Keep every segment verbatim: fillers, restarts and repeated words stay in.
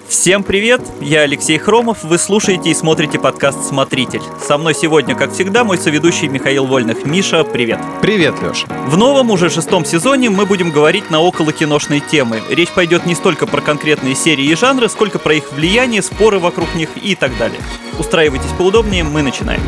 Всем привет, я Алексей Хромов, вы слушаете и смотрите подкаст «Смотритель». Со мной сегодня, как всегда, мой соведущий Михаил Вольных. Миша, привет. Привет, Лёш. В новом, уже шестом сезоне мы будем говорить на околокиношные темы. Речь пойдет не столько про конкретные серии и жанры, сколько про их влияние, споры вокруг них и так далее. Устраивайтесь поудобнее, мы начинаем.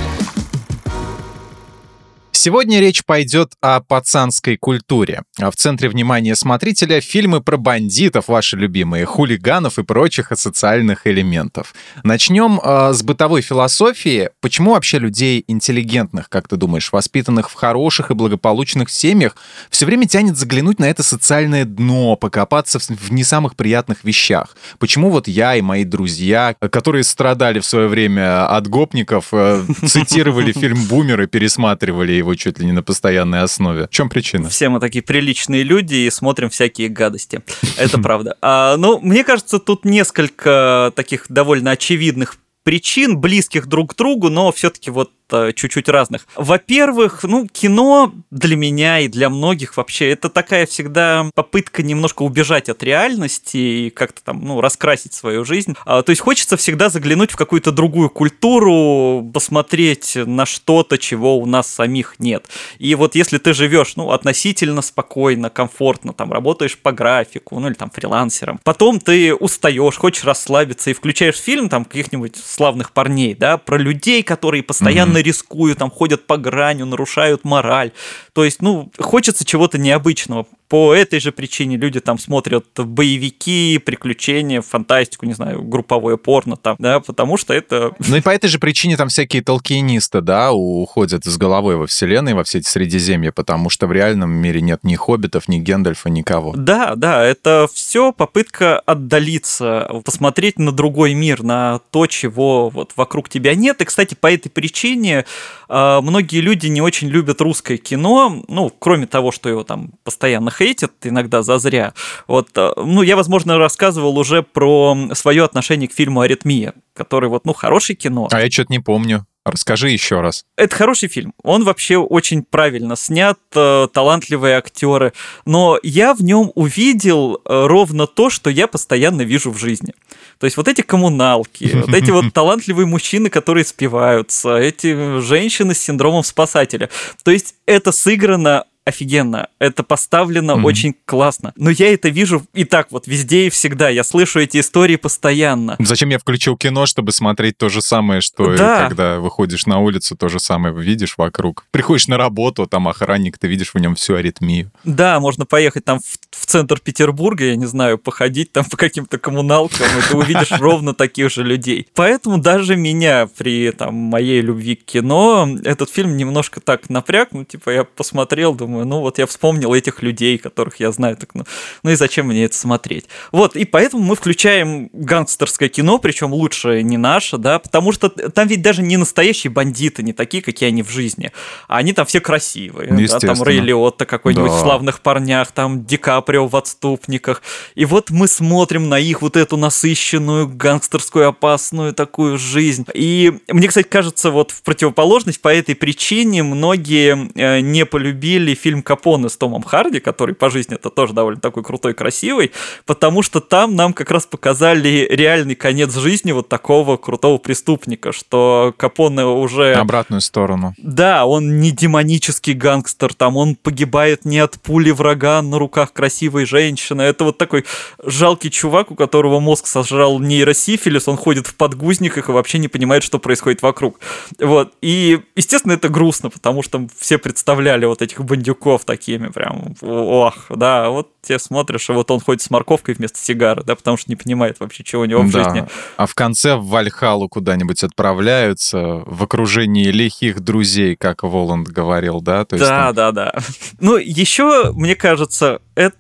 Сегодня речь пойдет о пацанской культуре. А в центре внимания смотрителя фильмы про бандитов, ваши любимые, хулиганов и прочих асоциальных элементов. Начнем э, с бытовой философии. Почему вообще людей интеллигентных, как ты думаешь, воспитанных в хороших и благополучных семьях, все время тянет заглянуть на это социальное дно, покопаться в, в не самых приятных вещах? Почему вот я и мои друзья, которые страдали в свое время от гопников, э, цитировали фильм «Бумер» и пересматривали его чуть ли не на постоянной основе? В чем причина? Все мы такие приличные люди и смотрим всякие гадости. Это правда. А, ну, мне кажется, тут несколько таких довольно очевидных причин, близких друг к другу, но все-таки вот чуть-чуть разных. Во-первых, ну, кино для меня и для многих вообще это такая всегда попытка немножко убежать от реальности и как-то там, ну, раскрасить свою жизнь. А, то есть хочется всегда заглянуть в какую-то другую культуру, посмотреть на что-то, чего у нас самих нет. И вот если ты живешь, ну, относительно спокойно, комфортно, там, работаешь по графику, ну, или там фрилансером, потом ты устаешь, хочешь расслабиться и включаешь фильм там каких-нибудь славных парней, да, про людей, которые постоянно mm-hmm. рискуют, там ходят по гранью, нарушают мораль. То есть, ну, хочется чего-то необычного. По этой же причине люди там смотрят боевики, приключения, фантастику, не знаю, групповое порно там, да, потому что это... Ну и по этой же причине там всякие толкиенисты, да, уходят с головой во вселенной, во все эти Средиземья, потому что в реальном мире нет ни хоббитов, ни Гендальфа, никого. Да, да, это все попытка отдалиться, посмотреть на другой мир, на то, чего вот вокруг тебя нет. И, кстати, по этой причине э, многие люди не очень любят русское кино, ну, кроме того, что его там постоянно хейтят иногда зазря. Вот, ну, я, возможно, рассказывал уже про свое отношение к фильму «Аритмия», который вот, ну, хорошее кино. А я что-то не помню. Расскажи еще раз. Это хороший фильм. Он вообще очень правильно снят, талантливые актеры. Но я в нем увидел ровно то, что я постоянно вижу в жизни. То есть вот эти коммуналки, вот эти вот талантливые мужчины, которые спиваются, эти женщины с синдромом спасателя. То есть это сыграно офигенно, это поставлено mm-hmm. очень классно. Но я это вижу и так вот везде и всегда. Я слышу эти истории постоянно. Зачем я включил кино, чтобы смотреть то же самое, что да. и когда выходишь на улицу, то же самое видишь вокруг. Приходишь на работу, там охранник, ты видишь в нем всю аритмию. Да, можно поехать там в, в центр Петербурга, я не знаю, походить там по каким-то коммуналкам, и ты увидишь ровно таких же людей. Поэтому даже меня при там, моей любви к кино этот фильм немножко так напряг. Ну, типа, я посмотрел, думаю, ну вот я вспомнил этих людей, которых я знаю, так, ну, ну и зачем мне это смотреть? Вот, и поэтому мы включаем гангстерское кино, причем лучше не наше, да, потому что там ведь даже не настоящие бандиты, не такие, какие они в жизни, а они там все красивые, да, там Рэй Лиотта какой-нибудь да. в «Славных парнях», там Ди Каприо в «Отступниках», и вот мы смотрим на их вот эту насыщенную, гангстерскую, опасную такую жизнь, и мне, кстати, кажется, вот в противоположность по этой причине многие не полюбили фильм «Капоне» с Томом Харди, который по жизни это тоже довольно такой крутой, красивый, потому что там нам как раз показали реальный конец жизни вот такого крутого преступника, что Капоне уже... Обратную сторону. Да, он не демонический гангстер, там он погибает не от пули врага на руках красивой женщины, это вот такой жалкий чувак, у которого мозг сожрал нейросифилис, он ходит в подгузниках и вообще не понимает, что происходит вокруг. Вот, и, естественно, это грустно, потому что все представляли вот этих бандюков такими прям, ох, да, вот тебе смотришь, и вот он ходит с морковкой вместо сигары, да, потому что не понимает вообще, чего у него в да. жизни. А в конце в Вальхалу куда-нибудь отправляются в окружении лихих друзей, как Воланд говорил, да? То есть да, там... да, да. Ну, еще, мне кажется,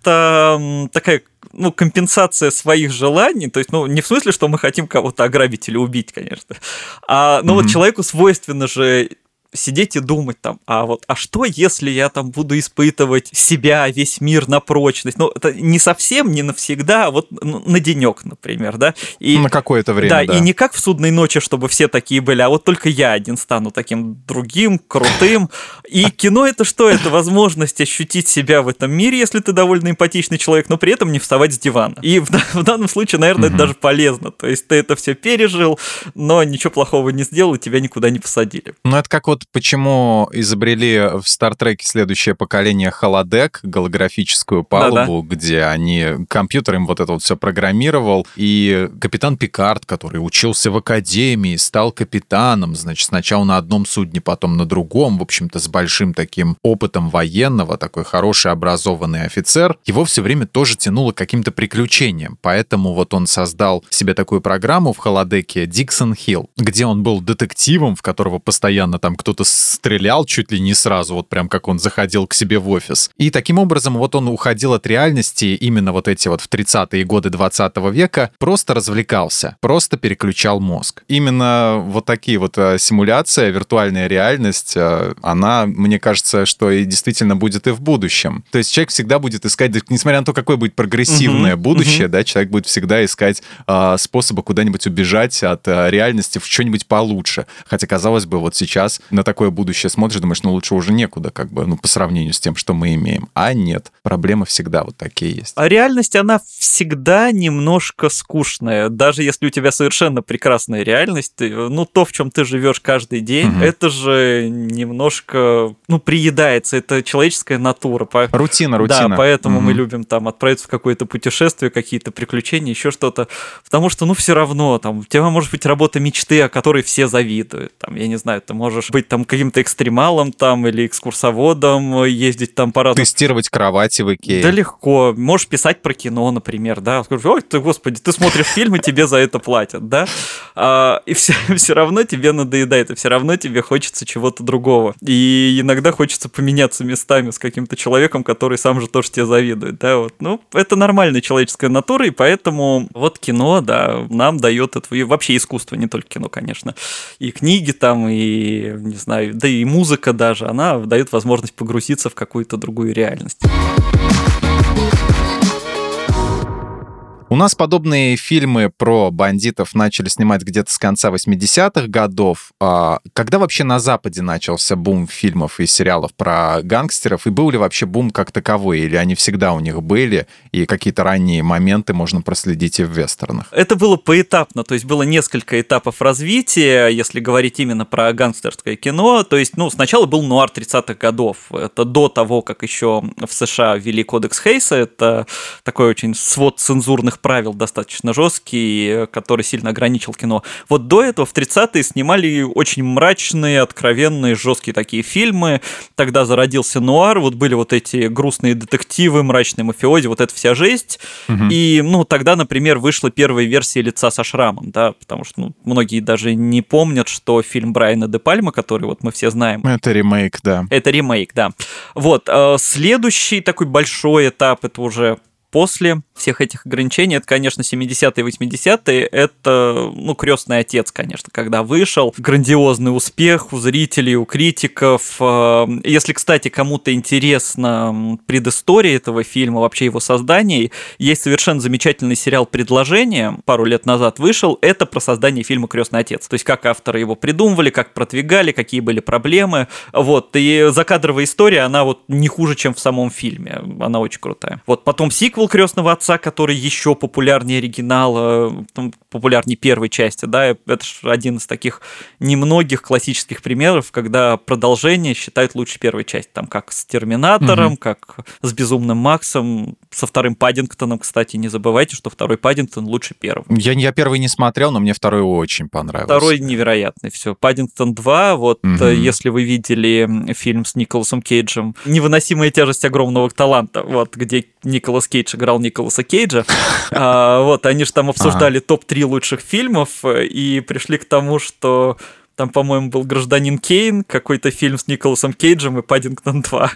это такая ну, компенсация своих желаний, то есть, ну, не в смысле, что мы хотим кого-то ограбить или убить, конечно, а, ну, mm-hmm. вот человеку свойственно же сидеть и думать там, а вот, а что, если я там буду испытывать себя, весь мир на прочность? Ну, это не совсем, не навсегда, а вот ну, на денек, например, да? И, на какое-то время, да, да. И не как в «Судной ночи», чтобы все такие были, а вот только я один стану таким другим, крутым. И кино — это что? Это возможность ощутить себя в этом мире, если ты довольно эмпатичный человек, но при этом не вставать с дивана. И в, в данном случае, наверное, это даже полезно. То есть ты это все пережил, но ничего плохого не сделал, и тебя никуда не посадили. Ну, это как вот почему изобрели в Стартреке следующее поколение холодек, голографическую палубу, да-да, где они, компьютер им вот это вот все программировал, и капитан Пикард, который учился в академии, стал капитаном, значит, сначала на одном судне, потом на другом, в общем-то, с большим таким опытом военного, такой хороший образованный офицер, его все время тоже тянуло к каким-то приключениям, поэтому вот он создал себе такую программу в холодеке «Диксон Хилл», где он был детективом, в которого постоянно там кто-то стрелял чуть ли не сразу, вот прям как он заходил к себе в офис. И таким образом вот он уходил от реальности именно вот эти вот в тридцатые годы двадцатого века, просто развлекался, просто переключал мозг. Именно вот такие вот симуляции, виртуальная реальность, она, мне кажется, что и действительно будет и в будущем. То есть человек всегда будет искать, несмотря на то, какое будет прогрессивное uh-huh, будущее, uh-huh. да, человек будет всегда искать а, способы куда-нибудь убежать от а, реальности в что-нибудь получше. Хотя, казалось бы, вот сейчас на такое будущее смотришь, думаешь, ну лучше уже некуда, как бы, ну по сравнению с тем, что мы имеем. А нет, проблемы всегда вот такие есть. А реальность, она всегда немножко скучная. Даже если у тебя совершенно прекрасная реальность, ну то, в чем ты живешь каждый день, угу. это же немножко, ну, приедается. Это человеческая натура. Рутина, рутина. Да, поэтому угу. мы любим там отправиться в какое-то путешествие, какие-то приключения, еще что-то. Потому что, ну, все равно, там, у тебя может быть работа мечты, о которой все завидуют. Там, я не знаю, ты можешь быть там каким-то экстремалом там или экскурсоводом, ездить там по разным... Тестировать кровати в Икее. Да легко. Можешь писать про кино, например, да. Скажешь, ой, ты, господи, ты смотришь фильмы, тебе за это платят, да. А, и все, все равно тебе надоедает, и все равно тебе хочется чего-то другого. И иногда хочется поменяться местами с каким-то человеком, который сам же тоже тебе завидует, да. Вот. Ну, это нормальная человеческая натура, и поэтому вот кино, да, нам дает это, и вообще искусство, не только кино, конечно, и книги там, и, не знаю, да и музыка даже, она дает возможность погрузиться в какую-то другую реальность. У нас подобные фильмы про бандитов начали снимать где-то с конца восьмидесятых годов. Когда вообще на Западе начался бум фильмов и сериалов про гангстеров? И был ли вообще бум как таковой? Или они всегда у них были, и какие-то ранние моменты можно проследить и в вестернах? Это было поэтапно, то есть было несколько этапов развития, если говорить именно про гангстерское кино. То есть, ну, сначала был нуар тридцатых годов. Это до того, как еще в США ввели кодекс Хейса. Это такой очень свод цензурных правил достаточно жесткий, который сильно ограничил кино. Вот до этого в тридцатые снимали очень мрачные, откровенные, жесткие такие фильмы. Тогда зародился нуар, вот были вот эти грустные детективы, мрачные мафиози, вот эта вся жесть. Угу. И, ну, тогда, например, вышла первая версия «Лица со шрамом», да, потому что, ну, многие даже не помнят, что фильм Брайана де Пальма, который вот мы все знаем. Это ремейк, да. Это ремейк, да. Вот, следующий такой большой этап, это уже после всех этих ограничений, это, конечно, семидесятые, восьмидесятые, это, ну, «Крестный отец», конечно, когда вышел. Грандиозный успех у зрителей, у критиков. Если, кстати, кому-то интересна предыстория этого фильма, вообще его создания, есть совершенно замечательный сериал «Предложение», пару лет назад вышел, это про создание фильма «Крестный отец». То есть, как авторы его придумывали, как продвигали, какие были проблемы. Вот, и закадровая история, она вот не хуже, чем в самом фильме. Она очень крутая. Вот, потом сиквел «Крестного отца», который еще популярнее оригинала, популярнее первой части, да, это же один из таких немногих классических примеров, когда продолжение считают лучше первой части, там, как с «Терминатором», угу. как с «Безумным Максом», со вторым Паддингтоном, кстати, не забывайте, что второй Паддингтон лучше первого. Я, я первый не смотрел, но мне второй очень понравился. Второй невероятный, все. «Паддингтон два», вот, угу. если вы видели фильм с Николасом Кейджем «Невыносимая тяжесть огромного таланта», вот, где Николас Кейдж играл Николаса Кейджа. А, вот, они же там обсуждали ага. топ три лучших фильмов и пришли к тому, что Там, по-моему, был «Гражданин Кейн», какой-то фильм с Николасом Кейджем и «Паддингтон два».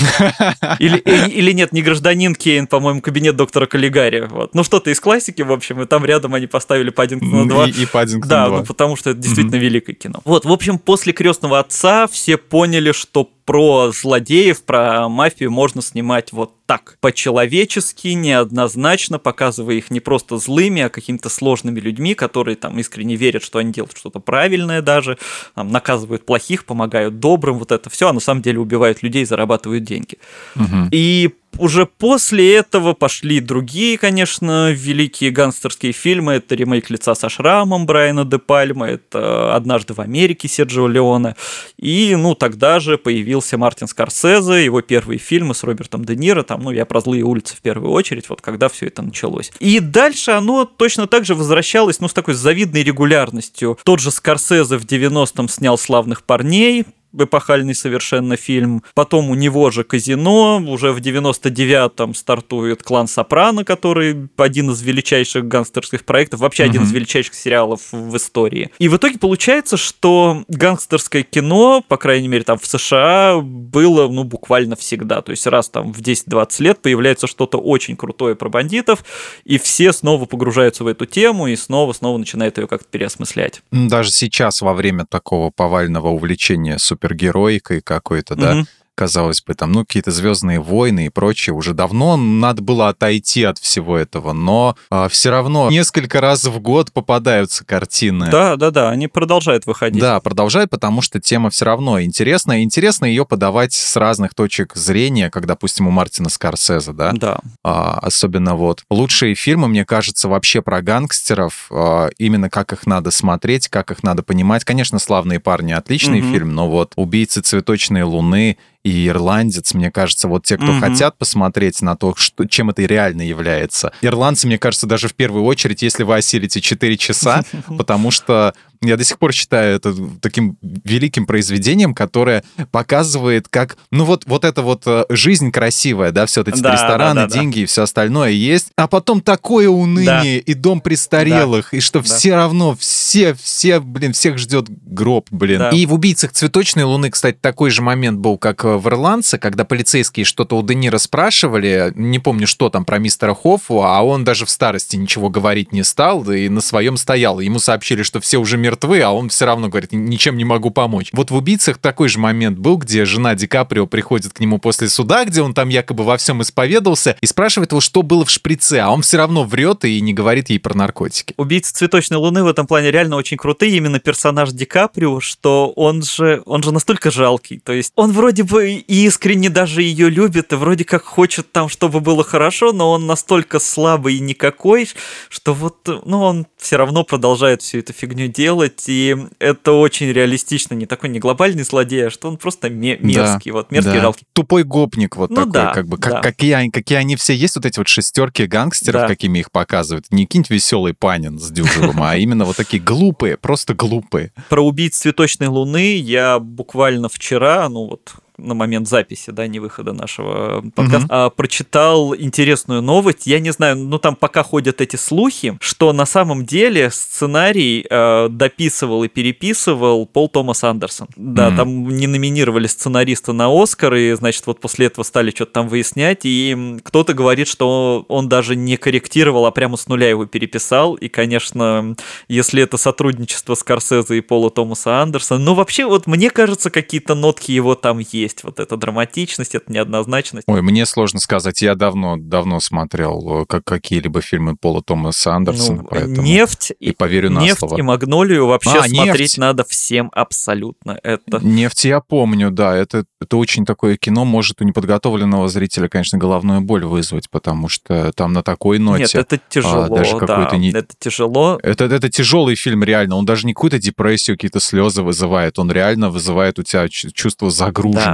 Или, или нет, не «Гражданин Кейн», по-моему, «Кабинет доктора Каллигари». Вот. Ну, что-то из классики, в общем, и там рядом они поставили «Паддингтона два». И, и «Паддингтон да, два». Ну, потому что это действительно mm-hmm. великое кино. Вот, в общем, после «Крестного отца» все поняли, что про злодеев, про мафию можно снимать вот так, по-человечески, неоднозначно, показывая их не просто злыми, а какими-то сложными людьми, которые там искренне верят, что они делают что-то правильное даже, там, наказывают плохих, помогают добрым, вот это все, а на самом деле убивают людей, зарабатывают деньги. Угу. И уже после этого пошли другие, конечно, великие гангстерские фильмы. Это ремейк «Лица со шрамом» Брайана де Пальма, это «Однажды в Америке» Серджио Леоне. И, ну, тогда же появился Мартин Скорсезе, его первые фильмы с Робертом Де Ниро, там, ну, я про «Злые улицы» в первую очередь, вот когда все это началось. И дальше оно точно так же возвращалось, ну, с такой завидной регулярностью. Тот же Скорсезе в девяностом снял «Славных парней», эпохальный совершенно фильм. Потом у него же «Казино». Уже в девяносто девятом стартует «Клан Сопрано», который один из величайших гангстерских проектов, вообще mm-hmm. один из величайших сериалов в истории. И в итоге получается, что гангстерское кино, по крайней мере, там в США, было, ну, буквально всегда. То есть раз там в десять-двадцать лет появляется что-то очень крутое про бандитов, и все снова погружаются в эту тему и снова-снова начинают ее как-то переосмыслять. Даже сейчас, во время такого повального увлечения супергероикой какой-то, да, mm-hmm. казалось бы, там, ну, какие-то «Звездные войны» и прочее, уже давно надо было отойти от всего этого, но а, все равно несколько раз в год попадаются картины. Да, да, да, они продолжают выходить. Да, продолжают, потому что тема все равно интересная, и интересно ее подавать с разных точек зрения, как, допустим, у Мартина Скорсезе, да? Да. А, особенно вот лучшие фильмы, мне кажется, вообще про гангстеров, а, именно как их надо смотреть, как их надо понимать. Конечно, «Славные парни» — отличный mm-hmm. фильм, но вот «Убийцы цветочной луны» и «Ирландец», мне кажется, вот те, кто mm-hmm. хотят посмотреть на то, что, чем это реально является. «Ирландцы», мне кажется, даже в первую очередь, если вы осилите четыре часа, потому что я до сих пор считаю это таким великим произведением, которое показывает, как, ну вот, вот эта вот жизнь красивая, да, все вот эти да, рестораны, да, да, деньги да. и все остальное есть, а потом такое уныние да. и дом престарелых, да. и что да. все равно, все, все, блин, всех ждет гроб, блин. Да. И в «Убийцах цветочной луны», кстати, такой же момент был, как в «Ирландце», когда полицейские что-то у Де Ниро спрашивали, не помню, что там про мистера Хоффу, а он даже в старости ничего говорить не стал, и на своем стоял. Ему сообщили, что все уже мертвы, а он все равно говорит, ничем не могу помочь. Вот в «Убийцах» такой же момент был, где жена Ди Каприо приходит к нему после суда, где он там якобы во всем исповедовался, и спрашивает его, что было в шприце, а он все равно врет и не говорит ей про наркотики. «Убийцы цветочной луны» в этом плане реально очень крутые, именно персонаж Ди Каприо, что он же, он же настолько жалкий, то есть он вроде бы и искренне даже ее любит, и вроде как хочет там, чтобы было хорошо, но он настолько слабый и никакой, что вот, ну, он все равно продолжает всю эту фигню делать, и это очень реалистично, не такой не глобальный злодей, а что он просто мерзкий, да, вот мерзкий, да. жалкий. Тупой гопник вот ну, такой, да, как бы, да. как, какие, они, какие они все есть, вот эти вот шестерки гангстеров, да. какими их показывают. Не какие-нибудь веселый Панин с Дюжевым, а именно вот такие глупые, просто глупые. Про «Убийц цветочной луны» я буквально вчера, ну вот, на момент записи, да, не выхода нашего подкаста, uh-huh. а, прочитал интересную новость. Я не знаю, ну там пока ходят эти слухи, что на самом деле сценарий э, дописывал и переписывал Пол Томас Андерсон. Да, uh-huh. там не номинировали сценариста на Оскар, и, значит, вот после этого стали что-то там выяснять, и кто-то говорит, что он даже не корректировал, а прямо с нуля его переписал, и, конечно, если это сотрудничество Скорсезе и Пола Томаса Андерсона, ну вообще вот мне кажется, какие-то нотки его там есть. Вот эта драматичность, эта неоднозначность. Ой, мне сложно сказать. Я давно, давно смотрел как, какие-либо фильмы Пола Томаса Андерсона, ну, поэтому... «Нефть» и поверю на «Нефть» слово. И «Магнолию» вообще а, смотреть «Нефть». Надо всем абсолютно. Это... «Нефть» я помню, да. Это, это очень такое кино, может у неподготовленного зрителя, конечно, головную боль вызвать, потому что там на такой ноте... Нет, это тяжело, а, даже да, не... это тяжело. Это, это тяжелый фильм, реально. Он даже не какую-то депрессию, какие-то слезы вызывает. Он реально вызывает у тебя чувство загруженности.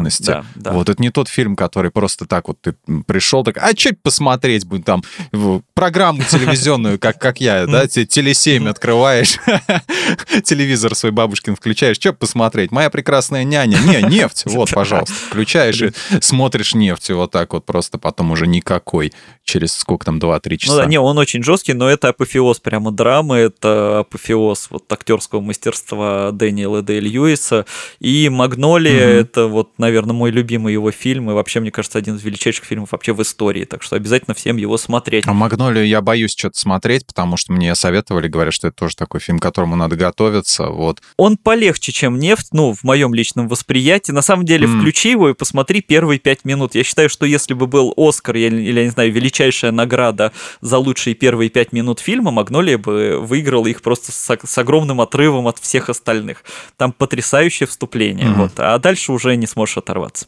объективности. Да, да. Вот это не тот фильм, который просто так вот ты пришел, так, а что посмотреть будет там, программу телевизионную, как, как я, да, теле семь открываешь, телевизор свой бабушкин включаешь, что посмотреть? «Моя прекрасная няня». Не, нефть, вот, пожалуйста. Включаешь и смотришь нефть, вот так вот просто потом уже никакой, через сколько там, два-три часа. Ну да, не, он очень жесткий, но это апофеоз прямо драмы, это апофеоз вот актерского мастерства Дэниела Дэй-Льюиса, и «Магнолия» mm-hmm. это вот, наверное, мой любимый его фильм, и вообще, мне кажется, один из величайших фильмов вообще в истории, так что обязательно всем его смотреть. А «Магнолию» я боюсь что-то смотреть, потому что мне советовали, говорят, что это тоже такой фильм, к которому надо готовиться, вот. Он полегче, чем «Нефть», ну, в моем личном восприятии. На самом деле, mm. включи его и посмотри первые пять минут. Я считаю, что если бы был «Оскар» или, или, я не знаю, величайшая награда за лучшие первые пять минут фильма, «Магнолия» бы выиграла их просто с, с огромным отрывом от всех остальных. Там потрясающее вступление, mm-hmm. вот, а дальше уже не сможешь оторваться.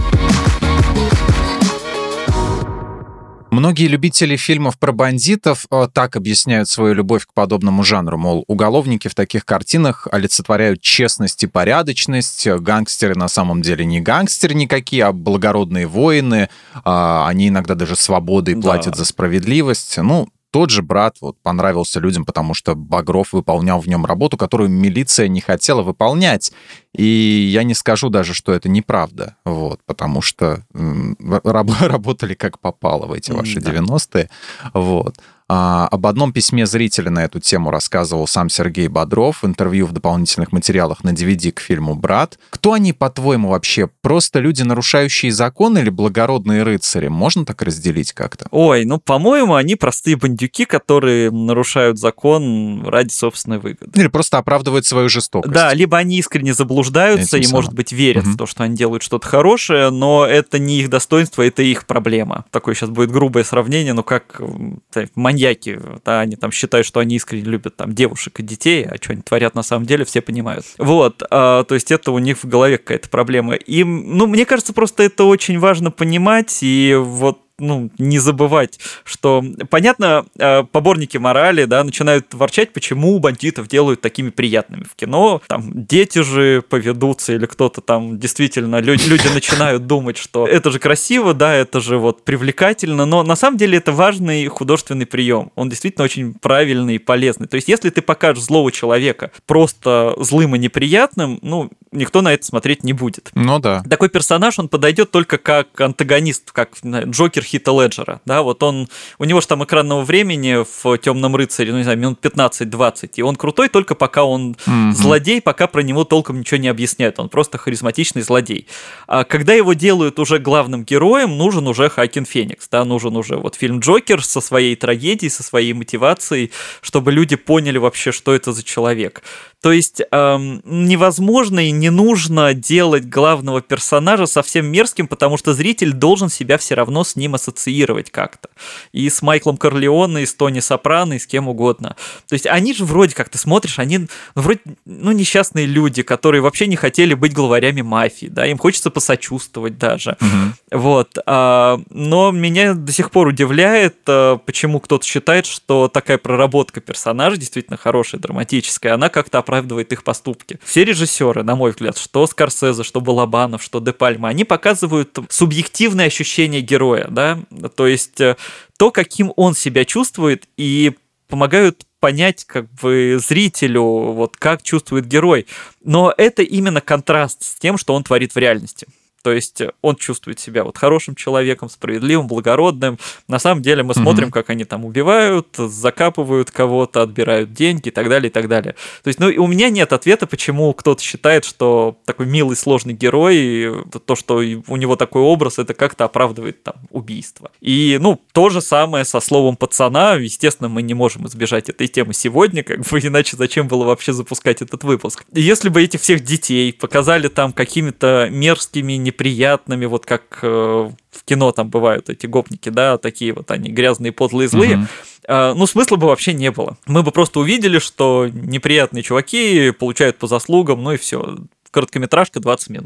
Многие любители фильмов про бандитов так объясняют свою любовь к подобному жанру, мол, уголовники в таких картинах олицетворяют честность и порядочность, гангстеры на самом деле не гангстеры никакие, а благородные воины, они иногда даже свободой да. платят за справедливость. Ну, тот же «Брат» вот, понравился людям, потому что Багров выполнял в нем работу, которую милиция не хотела выполнять. И я не скажу даже, что это неправда, вот, потому что м- работали как попало в эти ваши да. девяностые. Вот. А, об одном письме зрителя на эту тему рассказывал сам Сергей Бодров в интервью в дополнительных материалах на ди ви ди к фильму «Брат». Кто они, по-твоему, вообще? Просто люди, нарушающие закон, или благородные рыцари? Можно так разделить как-то? Ой, ну, по-моему, они простые бандюки, которые нарушают закон ради собственной выгоды. Или просто оправдывают свою жестокость. Да, либо они искренне заблуждаются Этим и, самым. может быть, верят угу. в то, что они делают что-то хорошее, но это не их достоинство, это их проблема. Такое сейчас будет грубое сравнение, но как маньяки, да, они там считают, что они искренне любят там девушек и детей, а что они творят на самом деле, все понимают. Вот, а, то есть это у них в голове какая-то проблема. И, ну, мне кажется, просто это очень важно понимать, и вот ну, не забывать, что, понятно, поборники морали, да, начинают ворчать, почему бандитов делают такими приятными в кино, там, дети же поведутся, или кто-то там, действительно, люди, люди начинают думать, что это же красиво, да, это же вот привлекательно, но на самом деле это важный художественный прием, он действительно очень правильный и полезный, то есть если ты покажешь злого человека просто злым и неприятным, ну, никто на это смотреть не будет. Ну да. Такой персонаж, он подойдет только как антагонист, как Джокер Хита Леджера, да, вот он, у него же там экранного времени в «Темном рыцаре», ну, не знаю, минут пятнадцать-двадцать, и он крутой только пока он mm-hmm. злодей, пока про него толком ничего не объясняют, он просто харизматичный злодей. А когда его делают уже главным героем, нужен уже Хоакин Феникс, да, нужен уже вот фильм «Джокер» со своей трагедией, со своей мотивацией, чтобы люди поняли вообще, что это за человек. То есть эм, невозможно и не нужно делать главного персонажа совсем мерзким, потому что зритель должен себя все равно с ним ассоциировать как-то. И с Майклом Корлеоне, и с Тони Сопрано, и с кем угодно. То есть они же вроде, как ты смотришь, они ну, вроде ну, несчастные люди, которые вообще не хотели быть главарями мафии, да, им хочется посочувствовать даже. Угу. Вот. А, но меня до сих пор удивляет, почему кто-то считает, что такая проработка персонажа, действительно хорошая, драматическая, она как-то оправдывает их поступки. Все режиссеры, на мой взгляд, что Скорсезе, что Балабанов, что Де Пальма, они показывают субъективное ощущение героя, да, то есть то, каким он себя чувствует, и помогают понять как бы зрителю, вот как чувствует герой. Но это именно контраст с тем, что он творит в реальности. То есть он чувствует себя вот хорошим человеком, справедливым, благородным. На самом деле мы mm-hmm. смотрим, как они там убивают, закапывают кого-то, отбирают деньги и так далее, и так далее. То есть, ну, у меня нет ответа, почему кто-то считает, что такой милый, сложный герой, то, что у него такой образ, это как-то оправдывает там убийство. И, ну, то же самое со словом «пацана». Естественно, мы не можем избежать этой темы сегодня, как бы, иначе зачем было вообще запускать этот выпуск. И если бы этих всех детей показали там какими-то мерзкими, неприятными, вот как э, в кино там бывают эти гопники, да, такие вот они грязные, подлые, злые, угу. э, ну, смысла бы вообще не было. Мы бы просто увидели, что неприятные чуваки получают по заслугам, ну и все. Короткометражка двадцать минут.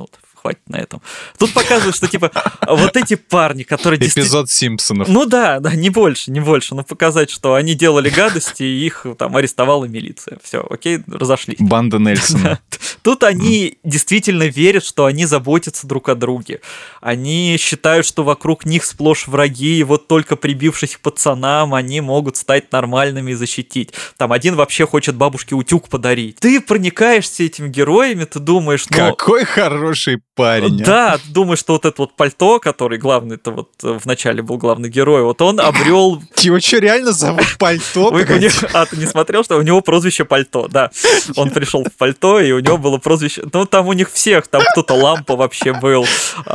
хватит на этом. Тут показывают, что, типа, вот эти парни, которые... Эпизод Симпсонов. Ну да, да, не больше, не больше, но показать, что они делали гадости, и их там арестовала милиция. Все, окей, разошлись. Банда Нельсона. Тут они действительно верят, что они заботятся друг о друге. Они считают, что вокруг них сплошь враги, и вот только прибившись к пацанам, они могут стать нормальными и защитить. Там один вообще хочет бабушке утюг подарить. Ты проникаешься этими героями, ты думаешь, ну... Какой хороший парень. Да, ты думаешь, что вот это вот пальто, который главный, это вот в начале был главный герой, вот он обрел... Его что, реально зовут Пальто? А, ты не смотрел, что у него прозвище Пальто, да. Он пришел в пальто, и у него было прозвище... Ну, там у них всех, там кто-то Лампа вообще был.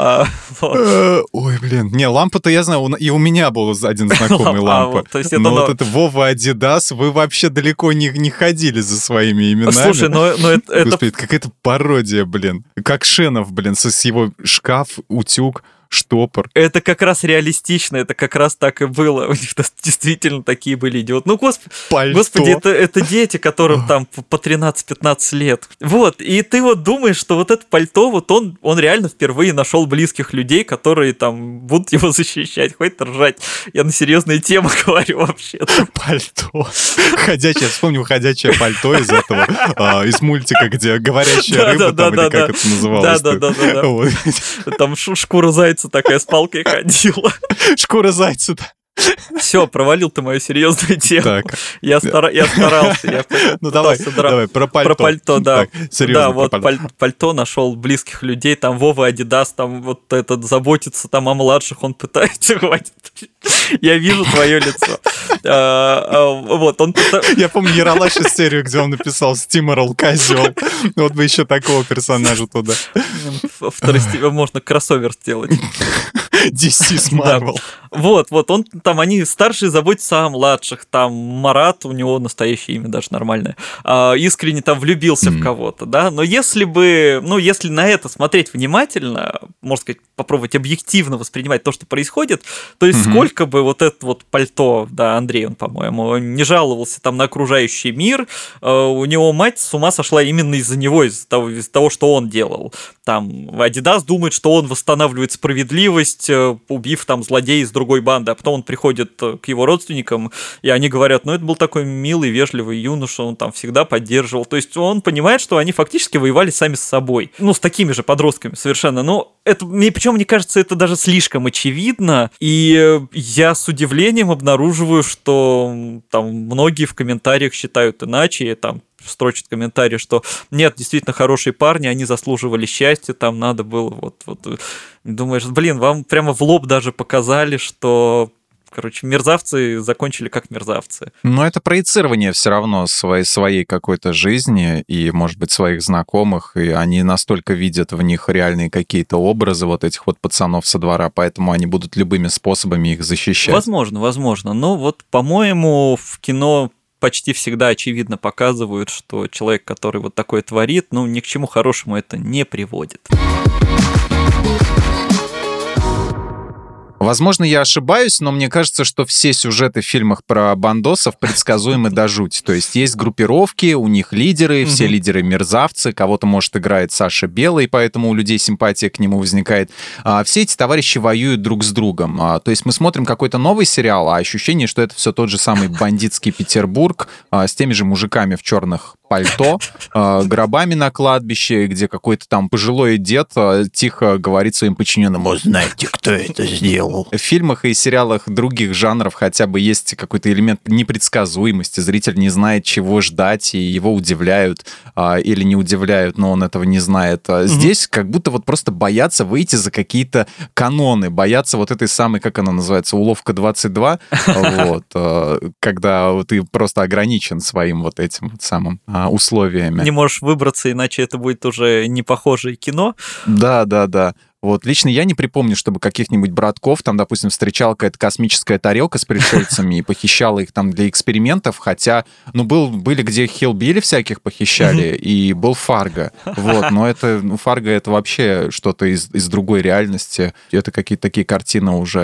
Ой, блин. Не, Лампа-то я знаю, и у меня был один знакомый Лампа. Но вот это Вова Адидас, вы вообще далеко не ходили за своими именами. Слушай, но это... Господи, какая-то пародия, блин. Как Шенов, блин, с его шкаф, утюг, штопор. Это как раз реалистично, это как раз так и было. У них действительно такие были идиоты. Ну, господи, господи это, это дети, которым там по тринадцать-пятнадцать лет. Вот, и ты вот думаешь, что вот это пальто, вот он, он реально впервые нашел близких людей, которые там будут его защищать. Хватит ржать. Я на серьезные темы говорю вообще-то. Пальто. Ходячее, вспомнил ходячее пальто из этого, из мультика, где говорящая рыба, там, или как это называлось. Да-да-да. Там шкура зайца такая с палкой ходила. Шкура зайца. Все, провалил ты мою серьезную тему. Так. Я, стара... я старался. Я ну давай, дра... давай, про пальто. Про пальто, да. Так, серьезно, да, вот пальто. Паль... пальто нашел близких людей, там Вова Адидас, там вот этот заботится там о младших, он пытается, хватит. Я вижу твое лицо. Вот, он... Я помню Ералаш из серии, где он написал «Стиморал козел». Вот бы еще такого персонажа туда. Второстепенно можно кроссовер сделать. ди си с Marvel. Да. Вот, вот, он там, они старшие заботятся о младших, там Марат, у него настоящее имя даже нормальное, а, искренне там влюбился mm-hmm. в кого-то, да, но если бы, ну, если на это смотреть внимательно, можно сказать, попробовать объективно воспринимать то, что происходит, то есть mm-hmm. сколько бы вот это вот пальто, да, Андрей, он, по-моему, не жаловался там на окружающий мир, у него мать с ума сошла именно из-за него, из-за того, из-за того, что он делал. Там Адидас думает, что он восстанавливает справедливость, убив там злодея из другой банды, а потом он приходит к его родственникам, и они говорят, ну, это был такой милый, вежливый юноша, он там всегда поддерживал. То есть он понимает, что они фактически воевали сами с собой. Ну, с такими же подростками совершенно. Но это, мне, причем, мне кажется, это даже слишком очевидно, и я с удивлением обнаруживаю, что там многие в комментариях считают иначе, и там строчат комментарии, что нет, действительно хорошие парни, они заслуживали счастья, там надо было вот, вот. Думаешь, блин, вам прямо в лоб даже показали, что, короче, мерзавцы закончили как мерзавцы. Но это проецирование все равно своей, своей какой-то жизни и, может быть, своих знакомых, и они настолько видят в них реальные какие-то образы вот этих вот пацанов со двора, поэтому они будут любыми способами их защищать. Возможно, возможно. Но вот, по-моему, в кино почти всегда очевидно показывают, что человек, который вот такое творит, ну, ни к чему хорошему это не приводит. Возможно, я ошибаюсь, но мне кажется, что все сюжеты в фильмах про бандосов предсказуемы до жути. То есть есть группировки, у них лидеры, все mm-hmm. лидеры мерзавцы, кого-то, может, играет Саша Белый, поэтому у людей симпатия к нему возникает. А все эти товарищи воюют друг с другом. А, то есть мы смотрим какой-то новый сериал, а ощущение, что это все тот же самый бандитский Петербург а, с теми же мужиками в черных пальто, э, гробами на кладбище, где какой-то там пожилой дед э, тихо говорит своим подчиненным: «О, знаете, кто это сделал?» В фильмах и сериалах других жанров хотя бы есть какой-то элемент непредсказуемости. Зритель не знает, чего ждать, и его удивляют э, или не удивляют, но он этого не знает. А здесь mm-hmm. как будто вот просто боятся выйти за какие-то каноны, боятся вот этой самой, как она называется, уловка двадцать два, вот, э, когда ты просто ограничен своим вот этим вот самым условиями. Не можешь выбраться, иначе это будет уже не похожее кино. Да, да, да. Вот лично я не припомню, чтобы каких-нибудь братков там, допустим, встречала какая-то космическая тарелка с пришельцами и похищала их там для экспериментов, хотя, ну, был, были, где Хиллбилли всяких похищали, и был Фарго. Вот, но это, ну, Фарго — это вообще что-то из, из другой реальности. Это какие-то такие картины уже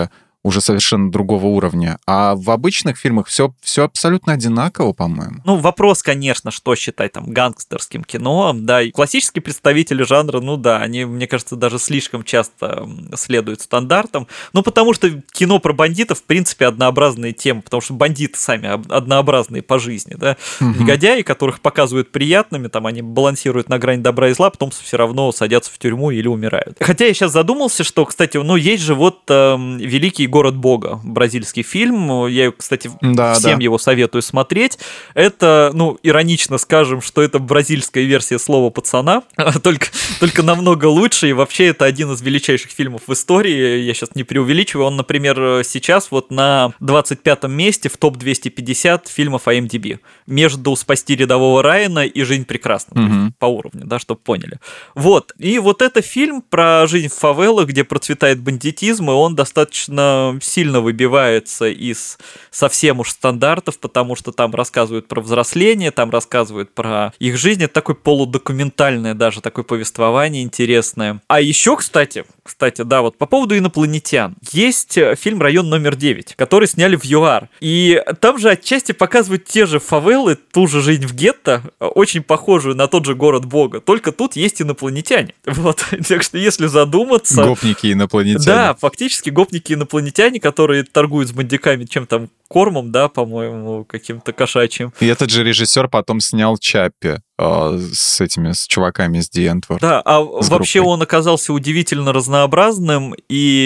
уже совершенно другого уровня. А в обычных фильмах все, все абсолютно одинаково, по-моему. Ну, вопрос, конечно, что считать там гангстерским кино, да, и классические представители жанра, ну да, они, мне кажется, даже слишком часто следуют стандартам, ну, потому что кино про бандитов, в принципе, однообразные темы, потому что бандиты сами однообразные по жизни, да, угу. Негодяи, которых показывают приятными, там, они балансируют на грани добра и зла, потом все равно садятся в тюрьму или умирают. Хотя я сейчас задумался, что, кстати, ну, есть же вот э, «Великий город Бога», бразильский фильм, я, кстати, да, всем да. его советую смотреть. Это, ну, иронично скажем, что это бразильская версия «Слова пацана», только, только намного лучше, и вообще это один из величайших фильмов в истории, я сейчас не преувеличиваю, он, например, сейчас вот на двадцать пятом месте в топ двести пятьдесят фильмов ай эм ди би, между «Спасти рядового Райана» и «Жизнь прекрасна», mm-hmm. по уровню, да, чтобы поняли. Вот, и вот это фильм про жизнь в фавелах, где процветает бандитизм, и он достаточно сильно выбивается из совсем уж стандартов, потому что там рассказывают про взросление, там рассказывают про их жизнь, это такое полудокументальное даже такое повествование интересное. А еще, кстати, кстати, да, вот по поводу инопланетян. Есть фильм «Район номер девять», который сняли в ЮАР, и там же отчасти показывают те же фавелы, ту же жизнь в гетто, очень похожую на тот же город Бога, только тут есть инопланетяне. Вот, так что если задуматься... Гопники-инопланетяне. Да, фактически гопники-инопланетяне, которые торгуют с бандюками чем там, кормом, да, по-моему, каким-то кошачьим. И этот же режиссер потом снял «Чаппи» э, с этими, с чуваками с Ди Энтворд. Да, а вообще он оказался удивительно разнообразным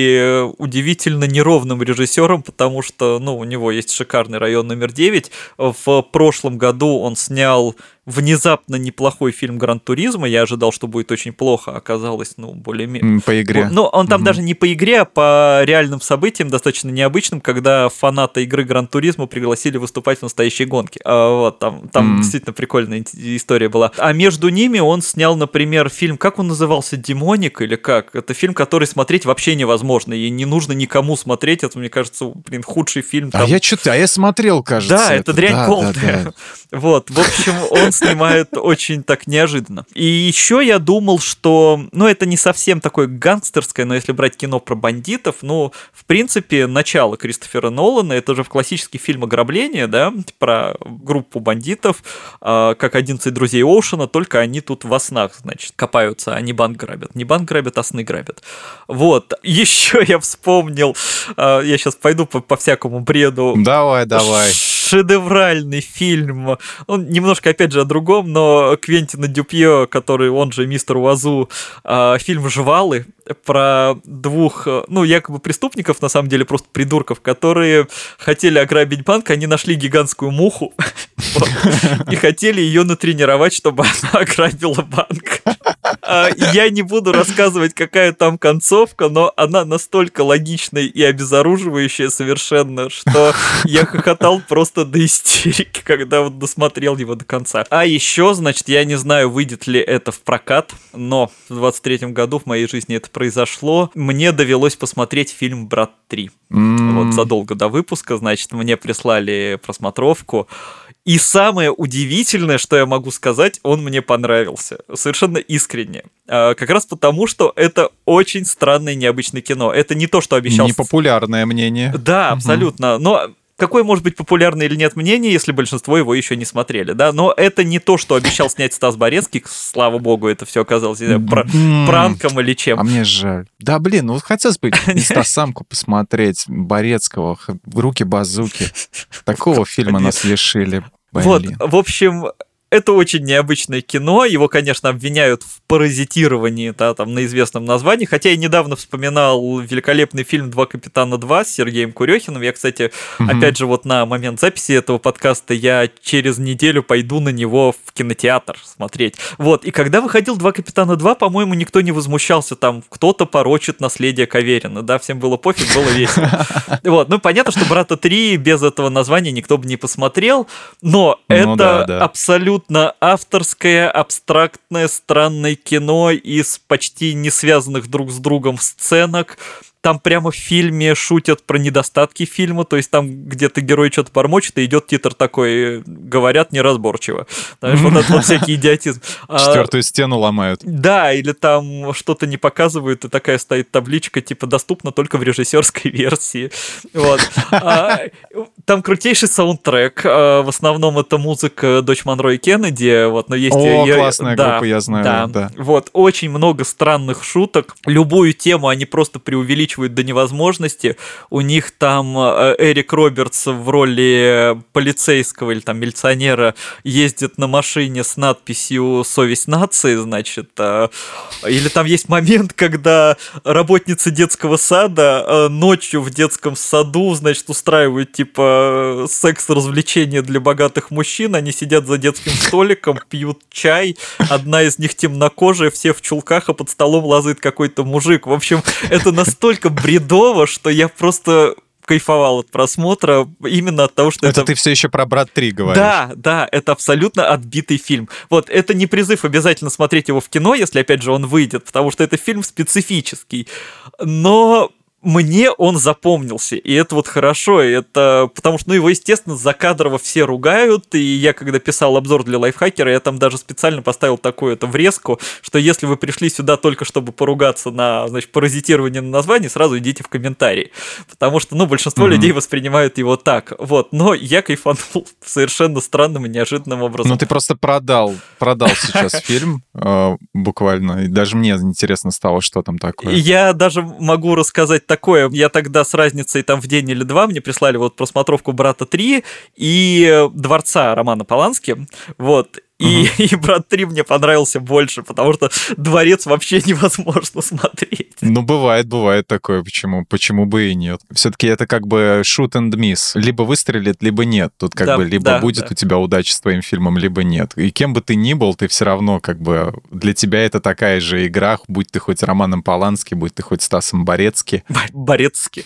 и удивительно неровным режиссером, потому что, ну, у него есть шикарный «Район номер девять». В прошлом году он снял внезапно неплохой фильм «Гран Туризмо». Я ожидал, что будет очень плохо, оказалось, ну, более-менее... По игре. Ну, он там угу. даже не по игре, а по реальным событиям, достаточно необычным, когда фанаты игры «Гран Туризмо» пригласили выступать в настоящей гонке. А, вот, там там mm. действительно прикольная история была. А между ними он снял, например, фильм, как он назывался, «Демоник» или как? Это фильм, который смотреть вообще невозможно, и не нужно никому смотреть. Это, мне кажется, блин, худший фильм. Там... А я что-то, а я смотрел, кажется. Да, это, это дрянь да, полная. Да, да. Вот, в общем, он снимает очень так неожиданно. И еще я думал, что, ну, это не совсем такое гангстерское, но если брать кино про бандитов, ну, в принципе, начало Кристофера Нолана, это же в классический фильм «Ограбление», да, про группу бандитов, э, как «одиннадцать друзей Оушена», только они тут во снах, значит, копаются, они банк грабят. Не банк грабят, а сны грабят. Вот, еще я вспомнил, э, я сейчас пойду по, по всякому бреду. Давай, давай. Шедевральный фильм, он немножко, опять же, о другом, но Квентина Дюпье, который, он же мистер Уазу, фильм «Жвалы», про двух, ну, якобы преступников, на самом деле просто придурков, которые хотели ограбить банк, они нашли гигантскую муху и хотели ее натренировать, чтобы она ограбила банк. Я не буду рассказывать, какая там концовка, но она настолько логичная и обезоруживающая совершенно, что я хохотал просто до истерики, когда вот досмотрел его до конца. А еще, значит, я не знаю, выйдет ли это в прокат, но в двадцать третьем году в моей жизни это произошло. Мне довелось посмотреть фильм «Брат три». Mm. Вот задолго до выпуска, значит, мне прислали просмотровку. И самое удивительное, что я могу сказать, он мне понравился. Совершенно искренне. А, как раз потому, что это очень странное, необычное кино. Это не то, что обещал... Непопулярное мнение. Да, абсолютно. Mm-hmm. Но... Какое может быть популярное или нет мнение, если большинство его еще не смотрели, да? Но это не то, что обещал снять Стас Борецкий, слава богу, это все оказалось пр- пранком или чем. А мне жаль. Да, блин, ну хотелось бы «Инстасамку» посмотреть, Борецкого, «Руки-базуки». Такого фильма нас лишили. Вот, в общем... Это очень необычное кино, его, конечно, обвиняют в паразитировании, да, там, на известном названии, хотя я недавно вспоминал великолепный фильм «Два капитана два» с Сергеем Курехиным. Я, кстати, mm-hmm. опять же, вот на момент записи этого подкаста я через неделю пойду на него в кинотеатр смотреть. Вот, и когда выходил «Два капитана два», по-моему, никто не возмущался, там, кто-то порочит наследие Каверина, да, всем было пофиг, было весело. Вот, ну, понятно, что «Брата три» без этого названия никто бы не посмотрел, но это абсолютно авторское, абстрактное, странное кино из почти не связанных друг с другом сценок. там прямо в фильме шутят про недостатки фильма, то есть там где-то герой что-то бормочет, и идет титр такой, говорят неразборчиво. Знаешь, вот это вот всякий идиотизм. Четвертую стену ломают. Да, или там что-то не показывают, и такая стоит табличка, типа, доступна только в режиссерской версии. Вот. Там крутейший саундтрек. В основном это музыка Дочь Монро и Кеннеди. Вот, но есть... О, классная группа, я знаю. Да. Вот, очень много странных шуток. Любую тему они просто преувеличивают до невозможности. У них там Эрик Робертс в роли полицейского или там милиционера ездит на машине с надписью «Совесть нации», значит. Или там есть момент, когда работницы детского сада ночью в детском саду, значит, устраивают типа секс-развлечения для богатых мужчин. Они сидят за детским столиком, пьют чай. Одна из них темнокожая, все в чулках, а под столом лазает какой-то мужик. В общем, это настолько бредово, что я просто кайфовал от просмотра именно от того, что это... Это ты все еще про «Брат три» говоришь. Да, да, это абсолютно отбитый фильм. Вот, это не призыв обязательно смотреть его в кино, если, опять же, он выйдет, потому что это фильм специфический. Но... мне он запомнился, и это вот хорошо, и это потому что, ну, его, естественно, закадрово все ругают, и я, когда писал обзор для Лайфхакера, я там даже специально поставил такую это врезку, что если вы пришли сюда только чтобы поругаться на, значит, паразитирование на названии, сразу идите в комментарии, потому что, ну, большинство mm-hmm. людей воспринимают его так, вот, но я кайфанул совершенно странным и неожиданным образом. Ну, ты просто продал, продал сейчас фильм, буквально, и даже мне интересно стало, что там такое. Я даже могу рассказать такое. Я тогда с разницей там в день или два мне прислали вот просмотровку «Брата три» и «Дворца» Романа Полански. Вот. И, uh-huh. и «Брат три» мне понравился больше, потому что «Дворец» вообще невозможно смотреть. Ну, бывает, бывает такое. Почему? Почему бы и нет? Все-таки это как бы shoot and miss. Либо выстрелит, либо нет. Тут как да, бы либо да, будет да. у тебя удача с твоим фильмом, либо нет. И кем бы ты ни был, ты все равно как бы... Для тебя это такая же игра, будь ты хоть Романом Полански, будь ты хоть Стасом Борецки. Борецки.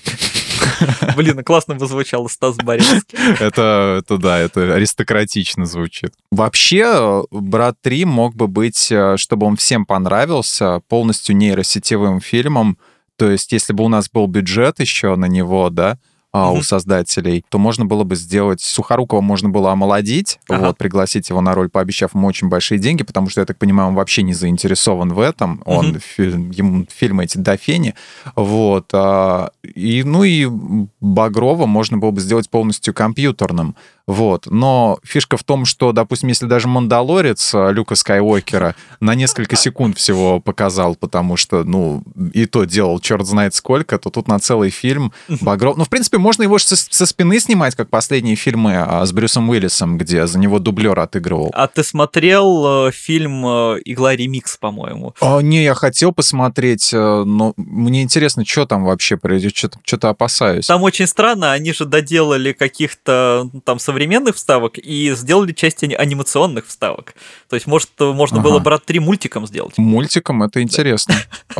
Блин, классно бы звучало Стас Борецкий. Это, это да, это аристократично звучит. Вообще, «Брат три» мог бы быть, чтобы он всем понравился, полностью нейросетевым фильмом. То есть, если бы у нас был бюджет еще на него, да, mm-hmm. у создателей, то можно было бы сделать... Сухорукова можно было омолодить, ага. вот, пригласить его на роль, пообещав ему очень большие деньги, потому что, я так понимаю, он вообще не заинтересован в этом. Mm-hmm. Он, фи, ему фильмы эти до фени. Вот. А, и, ну и Багрова можно было бы сделать полностью компьютерным. Вот. Но фишка в том, что, допустим, если даже «Мандалорец» Люка Скайуокера на несколько секунд всего показал, потому что, ну, и то делал черт знает сколько, то тут на целый фильм Багров... Ну, в принципе, можно его со, со спины снимать, как последние фильмы а, с Брюсом Уиллисом, где за него дублер отыгрывал. А ты смотрел э, фильм э, «Игла ремикс», по-моему? О, не, я хотел посмотреть, но мне интересно, что там вообще произойдет, что-то, что-то опасаюсь. Там очень странно, они же доделали каких-то там современных вставок и сделали часть анимационных вставок. То есть, может, можно ага. было «Брат три» мультиком сделать. Мультиком? Это интересно.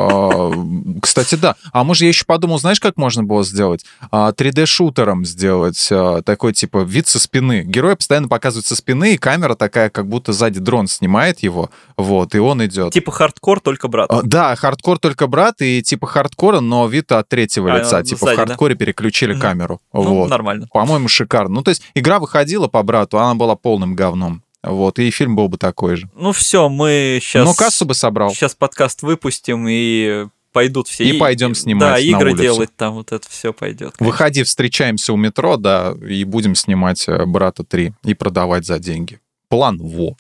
Кстати, да. А может, я еще подумал, знаешь, как можно было сделать? три дэ-шутером сделать такой, типа, вид со спины. Герой постоянно показывает со спины, и камера такая, как будто сзади дрон снимает его, вот, и он идет. Типа хардкор, только брат. Да, хардкор, только брат, и типа хардкора, но вид от третьего а, лица. Типа сзади, в хардкоре да? переключили mm-hmm. камеру. Ну, вот. Нормально. По-моему, шикарно. Ну, то есть, игра выходила по брату, она была полным говном. Вот, и фильм был бы такой же. Ну все, мы сейчас... Ну, кассу бы собрал. Сейчас подкаст выпустим, и пойдут все... И, и пойдем снимать да, на игры улицу. делать, там вот это все пойдет. Конечно. Выходи, встречаемся у метро, да, и будем снимать «Брата три» и продавать за деньги. План во.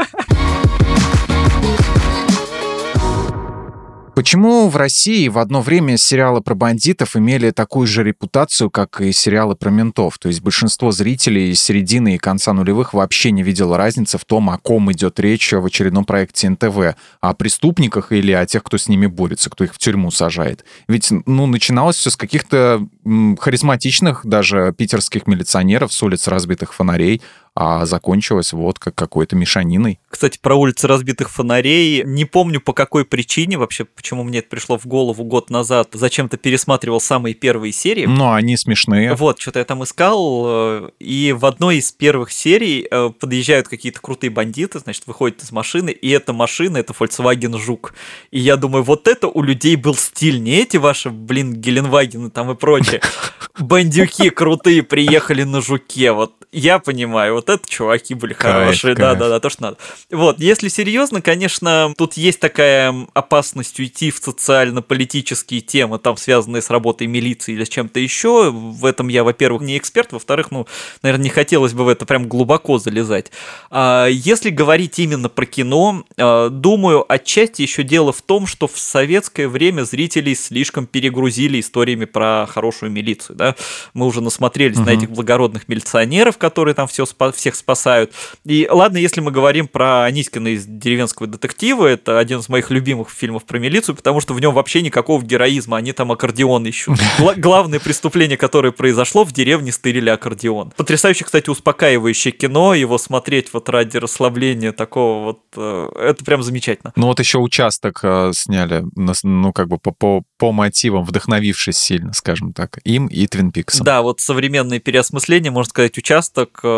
Почему в России в одно время сериалы про бандитов имели такую же репутацию, как и сериалы про ментов? То есть большинство зрителей из середины и конца нулевых вообще не видело разницы в том, о ком идет речь в очередном проекте эн тэ вэ, о преступниках или о тех, кто с ними борется, кто их в тюрьму сажает. Ведь, ну, начиналось все с каких-то м, харизматичных даже питерских милиционеров с улиц разбитых фонарей, а закончилось вот как какой-то мешаниной. Кстати, про улицы разбитых фонарей. Не помню, по какой причине вообще, почему мне это пришло в голову год назад. Зачем-то пересматривал самые первые серии. Ну, они смешные. Вот, что-то я там искал, и в одной из первых серий подъезжают какие-то крутые бандиты, значит, выходят из машины, и эта машина — это Volkswagen Жук. И я думаю, вот это у людей был стиль, не эти ваши, блин, Геленвагены там и прочее. Бандюки крутые приехали на Жуке, вот я понимаю, вот это чуваки были хорошие, да-да-да, то, что надо. Вот, если серьезно, конечно, тут есть такая опасность уйти в социально-политические темы, там, связанные с работой милиции или с чем-то еще. В этом я, во-первых, не эксперт, во-вторых, ну, наверное, не хотелось бы в это прям глубоко залезать. А если говорить именно про кино, думаю, отчасти еще дело в том, что в советское время зрителей слишком перегрузили историями про хорошую милицию, да. Мы уже насмотрелись угу. на этих благородных милиционеров, которые там все, всех спасают. И ладно, если мы говорим про Анискина из «Деревенского детектива», это один из моих любимых фильмов про милицию, потому что в нем вообще никакого героизма, они там аккордеон ищут. Гла- главное преступление, которое произошло, в деревне стырили аккордеон. Потрясающе, кстати, успокаивающее кино, его смотреть вот ради расслабления такого вот, э, это прям замечательно. Ну вот еще «Участок» э, сняли, ну как бы по, по, по мотивам, вдохновившись сильно, скажем так, им и «Твин Пиксом». Да, вот современные переосмысления, можно сказать, «Участок», э,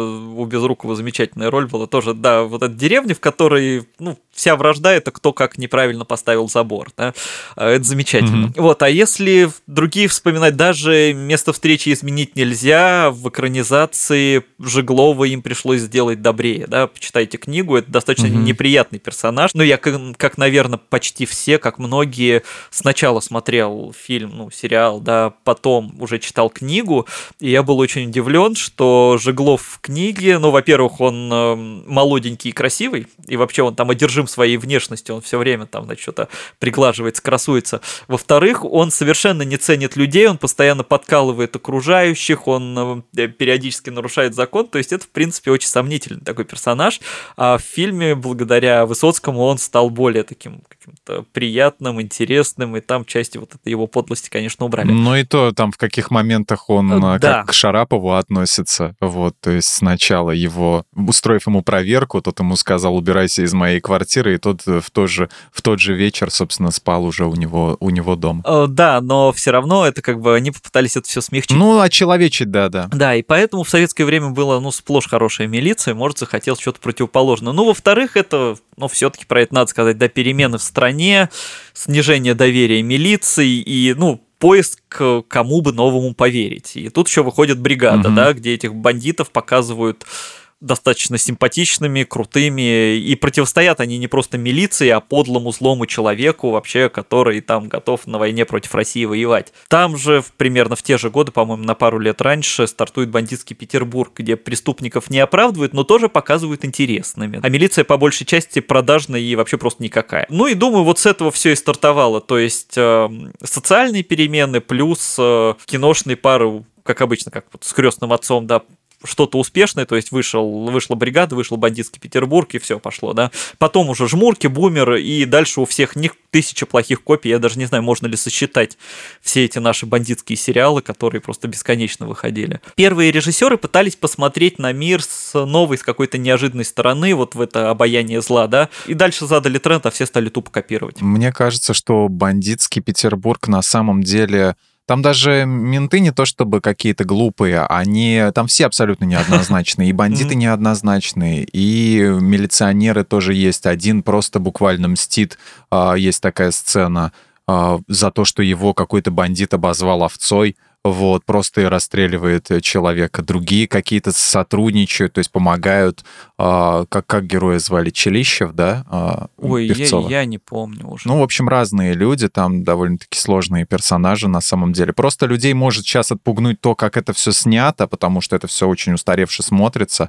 у Безрукова замечательная роль была тоже, да, вот эта деревня, в которой, ну, вся вражда — это кто как неправильно поставил забор, да, это замечательно. Mm-hmm. Вот, а если другие вспоминать, даже место встречи изменить нельзя, в экранизации Жеглова им пришлось сделать добрее, да, почитайте книгу, это достаточно mm-hmm. неприятный персонаж, но я, как, как, наверное, почти все, как многие, сначала смотрел фильм, ну, сериал, да, потом уже читал книгу, и я был очень удивлен, что Жеглов в книге, ну, во-первых, он э, молоденький и красивый, и вообще он там одержим своей внешностью, он все время там, значит, что-то приглаживается, красуется. Во-вторых, он совершенно не ценит людей, он постоянно подкалывает окружающих, он периодически нарушает закон, то есть это, в принципе, очень сомнительный такой персонаж, а в фильме, благодаря Высоцкому, он стал более таким каким-то приятным, интересным, и там части вот этой его подлости, конечно, убрали. Ну и то, там в каких моментах он да. как к Шарапову относится, вот, то есть сначала его, устроив ему проверку, тот ему сказал: убирайся из моей квартиры, и тот в тот же, в тот же вечер, собственно, спал уже у него, у него дома. Да, но все равно это как бы они попытались это все смягчить. Ну, очеловечить, да-да. Да, и поэтому в советское время было, ну, сплошь хорошая милиция, может, захотел что-то противоположное. Ну, во-вторых, это, ну, все-таки про это надо сказать, да, перемены в стране, снижение доверия милиции и, ну, поиск, кому бы новому поверить. И тут еще выходит бригада, угу. да, где этих бандитов показывают достаточно симпатичными, крутыми, и противостоят они не просто милиции, а подлому злому человеку вообще, который там готов на войне против России воевать. Там же примерно в те же годы, по-моему, на пару лет раньше, стартует «Бандитский Петербург», где преступников не оправдывают, но тоже показывают интересными. А милиция по большей части продажная и вообще просто никакая. Ну и думаю, вот с этого все и стартовало, то есть э, социальные перемены плюс э, киношные пары, как обычно, как вот с «Крестным отцом», да, что-то успешное, то есть вышел, вышла бригада, вышел «Бандитский Петербург», и все пошло, да. Потом уже «Жмурки», «Бумер», и дальше у всех них тысяча плохих копий. Я даже не знаю, можно ли сосчитать все эти наши бандитские сериалы, которые просто бесконечно выходили. Первые режиссеры пытались посмотреть на мир с новой, с какой-то неожиданной стороны, вот в это обаяние зла, да, и дальше задали тренд, а все стали тупо копировать. Мне кажется, что «Бандитский Петербург» на самом деле... Там даже менты не то чтобы какие-то глупые, они там все абсолютно неоднозначные, и бандиты неоднозначные, и милиционеры тоже есть. Один просто буквально мстит, есть такая сцена, за то, что его какой-то бандит обозвал овцой, вот, просто и расстреливает человека. Другие какие-то сотрудничают, то есть помогают, а, как, как героя звали, Челищев, да? А, Ой, я, я не помню уже. Ну, в общем, разные люди, там довольно-таки сложные персонажи на самом деле. Просто людей может сейчас отпугнуть то, как это все снято, потому что это все очень устаревше смотрится,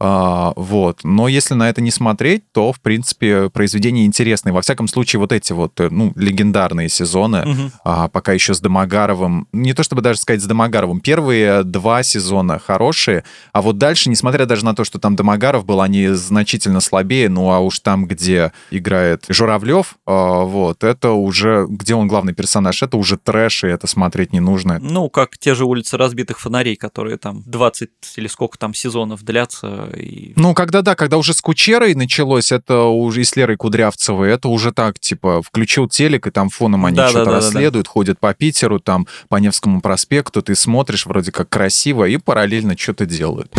а, вот. Но если на это не смотреть, то, в принципе, произведение интересное. Во всяком случае, вот эти вот, ну, легендарные сезоны, угу. а, пока еще с Домогаровым, не то чтобы даже можешь сказать с Домогаровым? Первые два сезона хорошие, а вот дальше, несмотря даже на то, что там Домогаров был, они значительно слабее, ну а уж там, где играет Журавлев, вот, это уже, где он главный персонаж, это уже трэш, и это смотреть не нужно. Ну, как те же «Улицы разбитых фонарей», которые там двадцать или сколько там сезонов длятся. И... Ну, когда, да, когда уже с Кучерой началось, это уже и с Лерой Кудрявцевой, это уже так, типа, включил телек, и там фоном они да, что-то да, расследуют, да, да. ходят по Питеру, там, по Невскому проспекту, ты смотришь, вроде как красиво, и параллельно что-то делают.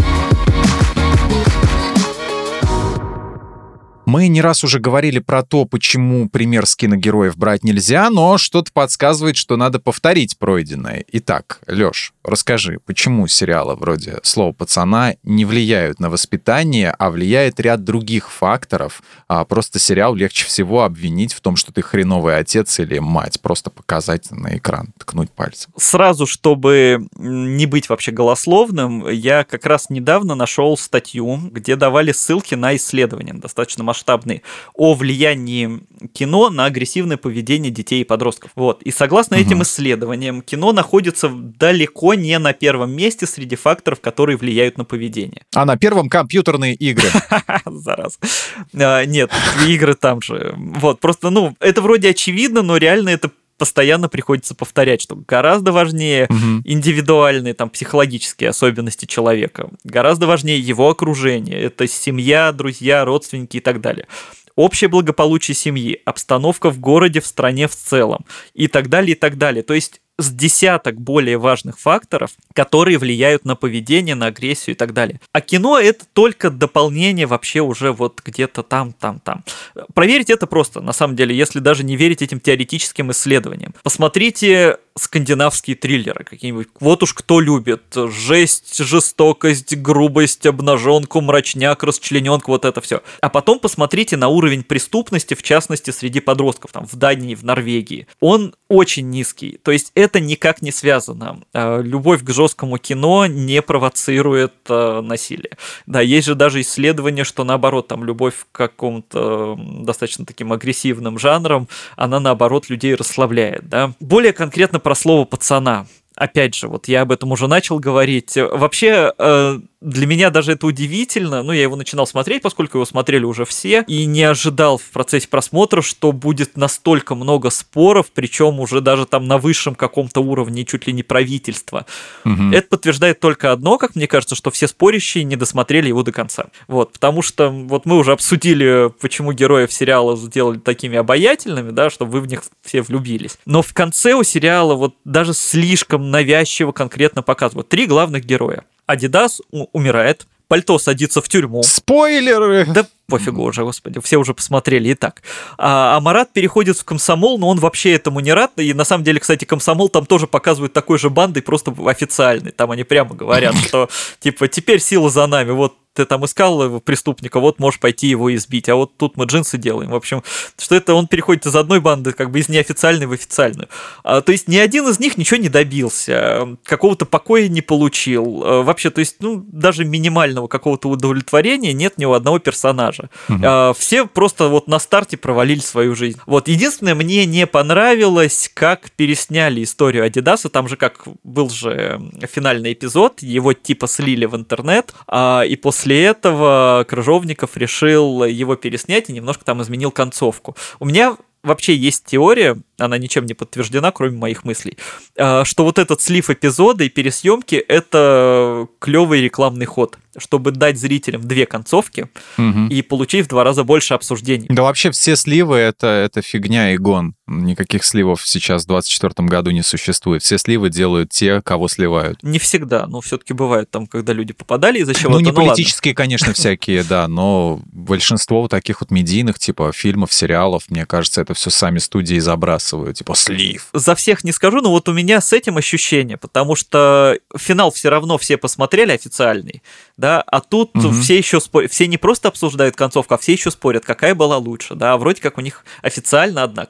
Мы не раз уже говорили про то, почему пример с киногероев брать нельзя, но что-то подсказывает, что надо повторить пройденное. Итак, Лёш, расскажи, почему сериалы вроде «Слово пацана» не влияют на воспитание, а влияет ряд других факторов, а просто сериал легче всего обвинить в том, что ты хреновый отец или мать, просто показать на экран, ткнуть пальцем. Сразу, чтобы не быть вообще голословным, я как раз недавно нашел статью, где давали ссылки на исследования, достаточно масштабные, о влиянии кино на агрессивное поведение детей и подростков. Вот. И согласно угу. этим исследованиям, кино находится далеко не на первом месте среди факторов, которые влияют на поведение. А на первом компьютерные игры. Зараза. Нет, игры там же. Вот, просто, ну, это вроде очевидно, но реально это постоянно приходится повторять, что гораздо важнее угу. индивидуальные там, психологические особенности человека, гораздо важнее его окружение, это семья, друзья, родственники и так далее. Общее благополучие семьи, обстановка в городе, в стране в целом и так далее, и так далее. То есть с десяток более важных факторов, которые влияют на поведение, на агрессию и так далее. А кино — это только дополнение вообще уже вот где-то там, там, там. Проверить это просто, на самом деле, если даже не верить этим теоретическим исследованиям. Посмотрите скандинавские триллеры какие-нибудь. Вот уж кто любит. Жесть, жестокость, грубость, обнаженку, мрачняк, расчлененку, вот это все. А потом посмотрите на уровень преступности, в частности, среди подростков, там, в Дании, в Норвегии. Он очень низкий. То есть это никак не связано. Любовь к жесткому кино не провоцирует насилие. Да, есть же даже исследования, что наоборот, там, любовь к какому-то достаточно таким агрессивным жанрам, она наоборот людей расслабляет, да. Более конкретно про слово «пацана». Опять же, вот я об этом уже начал говорить. Вообще, для меня даже это удивительно. Ну, я его начинал смотреть, поскольку его смотрели уже все, и не ожидал в процессе просмотра, что будет настолько много споров, причем уже даже там на высшем каком-то уровне, чуть ли не правительства. Угу. Это подтверждает только одно, как мне кажется, что все спорящие не досмотрели его до конца. Вот, потому что вот мы уже обсудили, почему героев сериала сделали такими обаятельными, да, чтобы вы в них все влюбились. Но в конце у сериала вот даже слишком навязчиво конкретно показывают. Три главных героя. Адидас умирает, Пальто садится в тюрьму. Спойлеры! Да пофигу уже, господи, все уже посмотрели и так. А, а Марат переходит в комсомол, но он вообще этому не рад. И на самом деле, кстати, комсомол там тоже показывают такой же бандой, просто официальный. Там они прямо говорят, что типа теперь сила за нами, вот ты там искал преступника, вот можешь пойти его избить, а вот тут мы джинсы делаем. В общем, что это он переходит из одной банды, как бы из неофициальной в официальную. А, то есть ни один из них ничего не добился, какого-то покоя не получил. А, вообще, то есть, ну, даже минимального какого-то удовлетворения нет ни у одного персонажа. Угу. А, все просто вот на старте провалили свою жизнь. Вот, единственное, мне не понравилось, как пересняли историю Адидаса, там же как был же финальный эпизод, его типа слили в интернет, а, и после После этого Крыжовников решил его переснять и немножко там изменил концовку. У меня вообще есть теория, она ничем не подтверждена, кроме моих мыслей, что вот этот слив эпизода и пересъемки — это клевый рекламный ход, чтобы дать зрителям две концовки угу. и получить в два раза больше обсуждений. Да вообще все сливы это, — это фигня и гон. Никаких сливов сейчас в двадцать четвёртом году не существует. Все сливы делают те, кого сливают. Не всегда, но все-таки бывает там, когда люди попадали из-за чего-то. Ну, не политические, конечно, всякие, да, но большинство вот таких вот медийных, типа фильмов, сериалов, мне кажется, это все сами студии забрасывают, типа слив. За всех не скажу, но вот у меня с этим ощущение, потому что финал все равно все посмотрели официальный, да, а тут угу. все еще спорят, все не просто обсуждают концовку, а все еще спорят, какая была лучше, да, вроде как у них официально одна концовка.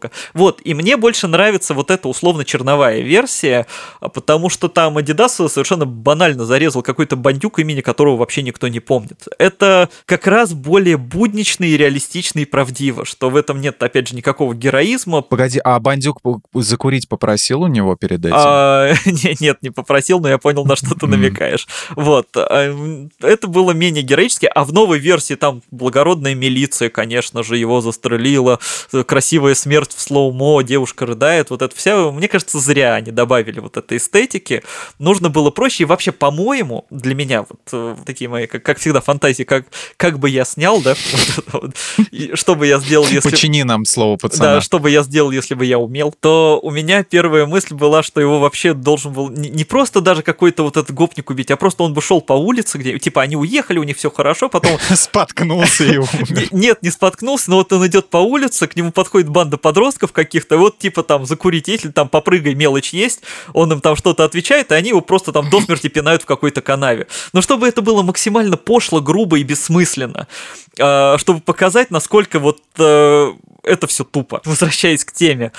Бандюка. Вот, и мне больше нравится вот эта условно-черновая версия, потому что там Adidas совершенно банально зарезал какой-то бандюк, имени которого вообще никто не помнит. Это как раз более буднично и реалистично и правдиво, что в этом нет, опять же, никакого героизма. Погоди, а бандюк закурить попросил у него перед этим? А, нет, не попросил, но я понял, на что ты намекаешь. Вот. Это было менее героически, а в новой версии там благородная милиция, конечно же, его застрелила, красивая смерть в слоумо, девушка рыдает, вот это все, мне кажется, зря они добавили вот этой эстетики. Нужно было проще, и вообще, по-моему, для меня вот такие мои, как, как всегда, фантазии, как, как бы я снял, да, что бы я сделал, если... Почини нам слово пацана. Да, что бы я сделал, если бы я умел, то у меня первая мысль была, что его вообще должен был не просто даже какой-то вот этот гопник убить, а просто он бы шел по улице, где, типа, они уехали, у них все хорошо, потом... Споткнулся и умер. Нет, не споткнулся, но вот он идет по улице, к нему подходит банда подростков каких-то, вот типа там закурить, если там попрыгай, мелочь есть, он им там что-то отвечает, и они его просто там до смерти пинают в какой-то канаве. Но чтобы это было максимально пошло, грубо и бессмысленно, чтобы показать, насколько вот это все тупо. Возвращаясь к теме,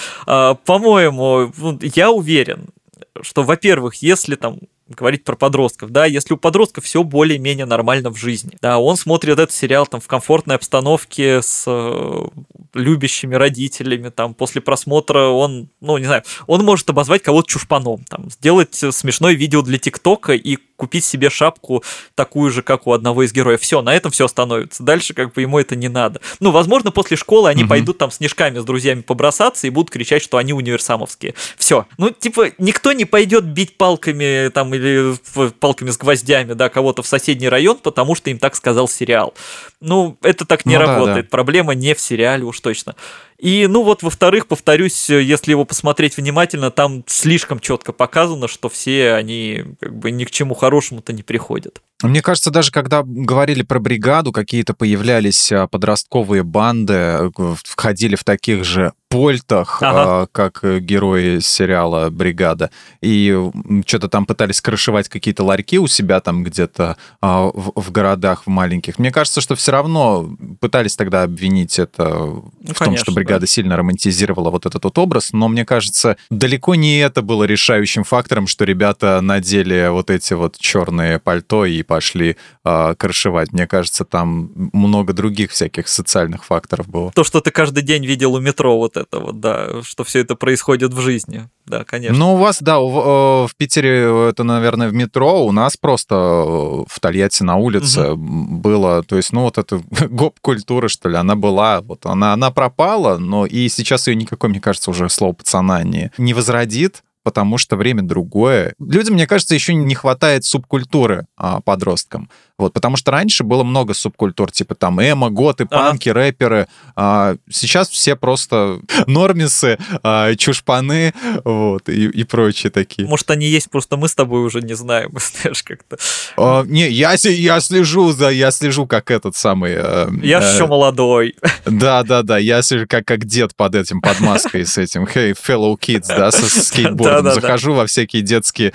по-моему, я уверен, что, во-первых, если там говорить про подростков, да, если у подростков все более-менее нормально в жизни, да, он смотрит этот сериал там в комфортной обстановке с э, любящими родителями, там, после просмотра он, ну, не знаю, он может обозвать кого-то чушпаном, там, сделать смешное видео для ТикТока и купить себе шапку такую же, как у одного из героев. Все, на этом все остановится. Дальше как бы ему это не надо. Ну, возможно, после школы они угу. пойдут там снежками с друзьями побросаться и будут кричать, что они универсамовские. Все. Ну, типа, никто не пойдет бить палками там или палками с гвоздями, да, кого-то в соседний район, потому что им так сказал сериал. Ну, это так не ну, работает. Да, да. Проблема не в сериале уж точно. И, ну вот, во-вторых, повторюсь, если его посмотреть внимательно, там слишком четко показано, что все они как бы ни к чему хорошему-то не приходят. Мне кажется, даже когда говорили про бригаду, какие-то появлялись подростковые банды, входили в таких же польтах, ага. как герои сериала «Бригада», и что-то там пытались крышевать какие-то ларьки у себя там где-то в, в городах в маленьких. Мне кажется, что все равно пытались тогда обвинить это ну, в конечно, том, что «Бригада» да. сильно романтизировала вот этот вот образ, но мне кажется, далеко не это было решающим фактором, что ребята надели вот эти вот черные пальто и пошли э, крышевать. Мне кажется, там много других всяких социальных факторов было. То, что ты каждый день видел у метро, вот это вот, да, что все это происходит в жизни, да, конечно. Ну, у вас, да, в, в Питере это, наверное, в метро, у нас просто в Тольятти на улице угу. было, то есть, ну, вот эта гоп-культура, что ли, она была, вот она, она пропала, но и сейчас ее никакой, мне кажется, уже слово пацана не, не возродит, потому что время другое. Людям, мне кажется, еще не хватает субкультуры а, подросткам. Вот, потому что раньше было много субкультур, типа там эмо, готы, панки, ага. рэперы. А, сейчас все просто нормисы, а, чушпаны, вот, и, и прочие такие. Может, они есть, просто мы с тобой уже не знаем, знаешь, как-то. А, не, я, я слежу за, я слежу, как этот самый... А, я а, еще молодой. Да-да-да, я слежу, как, как дед под этим, под маской с этим, hey, fellow kids, да, со скейтбордом. Захожу во всякие детские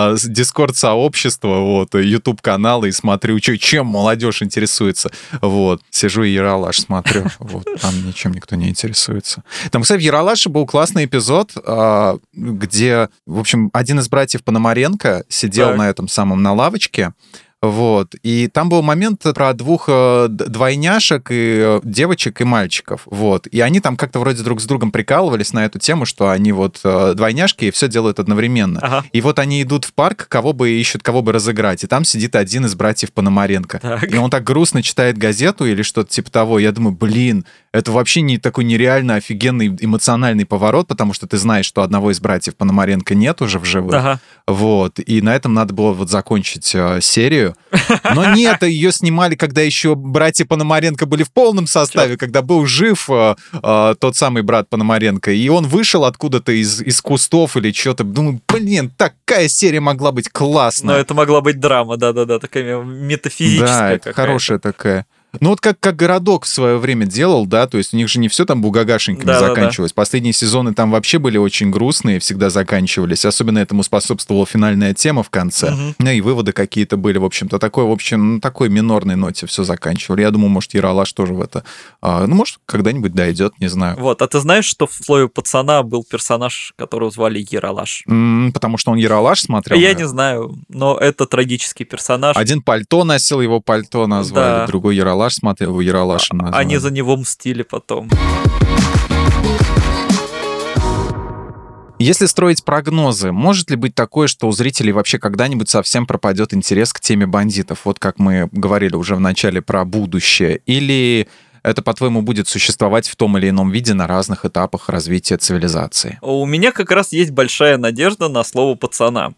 дискорд-сообщества, вот, ютуб-каналы и смотрю, чем молодежь интересуется. Вот. Сижу и Ералаш смотрю. Вот. Там ничем никто не интересуется. Там, кстати, в Ералаше был классный эпизод, где, в общем, один из братьев Пономаренко сидел так. на этом самом, на лавочке. Вот. И там был момент про двух двойняшек, и девочек и мальчиков. Вот. И они там как-то вроде друг с другом прикалывались на эту тему, что они вот двойняшки и все делают одновременно. Ага. И вот они идут в парк, кого бы ищут, кого бы разыграть. И там сидит один из братьев Пономаренко. Так. И он так грустно читает газету или что-то типа того. Я думаю, блин, это вообще не такой нереально офигенный эмоциональный поворот, потому что ты знаешь, что одного из братьев Пономаренко нет уже в живых. Ага. Вот. И на этом надо было вот закончить э, серию. Но нет, ее снимали, когда еще братья Пономаренко были в полном составе, Чё? Когда был жив э, э, тот самый брат Пономаренко, и он вышел откуда-то из, из кустов или что-то. Думаю, блин, такая серия могла быть классная. Но это могла быть драма, да-да-да, такая метафизическая. Да, это хорошая такая. Ну вот как, как «Городок» в свое время делал, да, то есть у них же не все там бугагашеньками Да, да, да. заканчивалось. Последние сезоны там вообще были очень грустные, всегда заканчивались. Особенно этому способствовала финальная тема в конце. Мгм. Ну и выводы какие-то были, в общем-то, такой, в общем, на такой минорной ноте все заканчивали. Я думаю, может, Ералаш тоже в это... а, ну, может, когда-нибудь дойдет, не знаю. Вот, а ты знаешь, что в «Слове пацана» был персонаж, которого звали Ералаш? М, потому что он Ералаш смотрел, Я наверное. не знаю, но это трагический персонаж. Один пальто носил, его пальто назвали, Да. другой Ералаш смотрел, его Ералашем назвали. Они за него мстили потом. Если строить прогнозы, может ли быть такое, что у зрителей вообще когда-нибудь совсем пропадет интерес к теме бандитов? Вот как мы говорили уже в начале про будущее. Или это, по-твоему, будет существовать в том или ином виде на разных этапах развития цивилизации? У меня как раз есть большая надежда на «Слово пацана».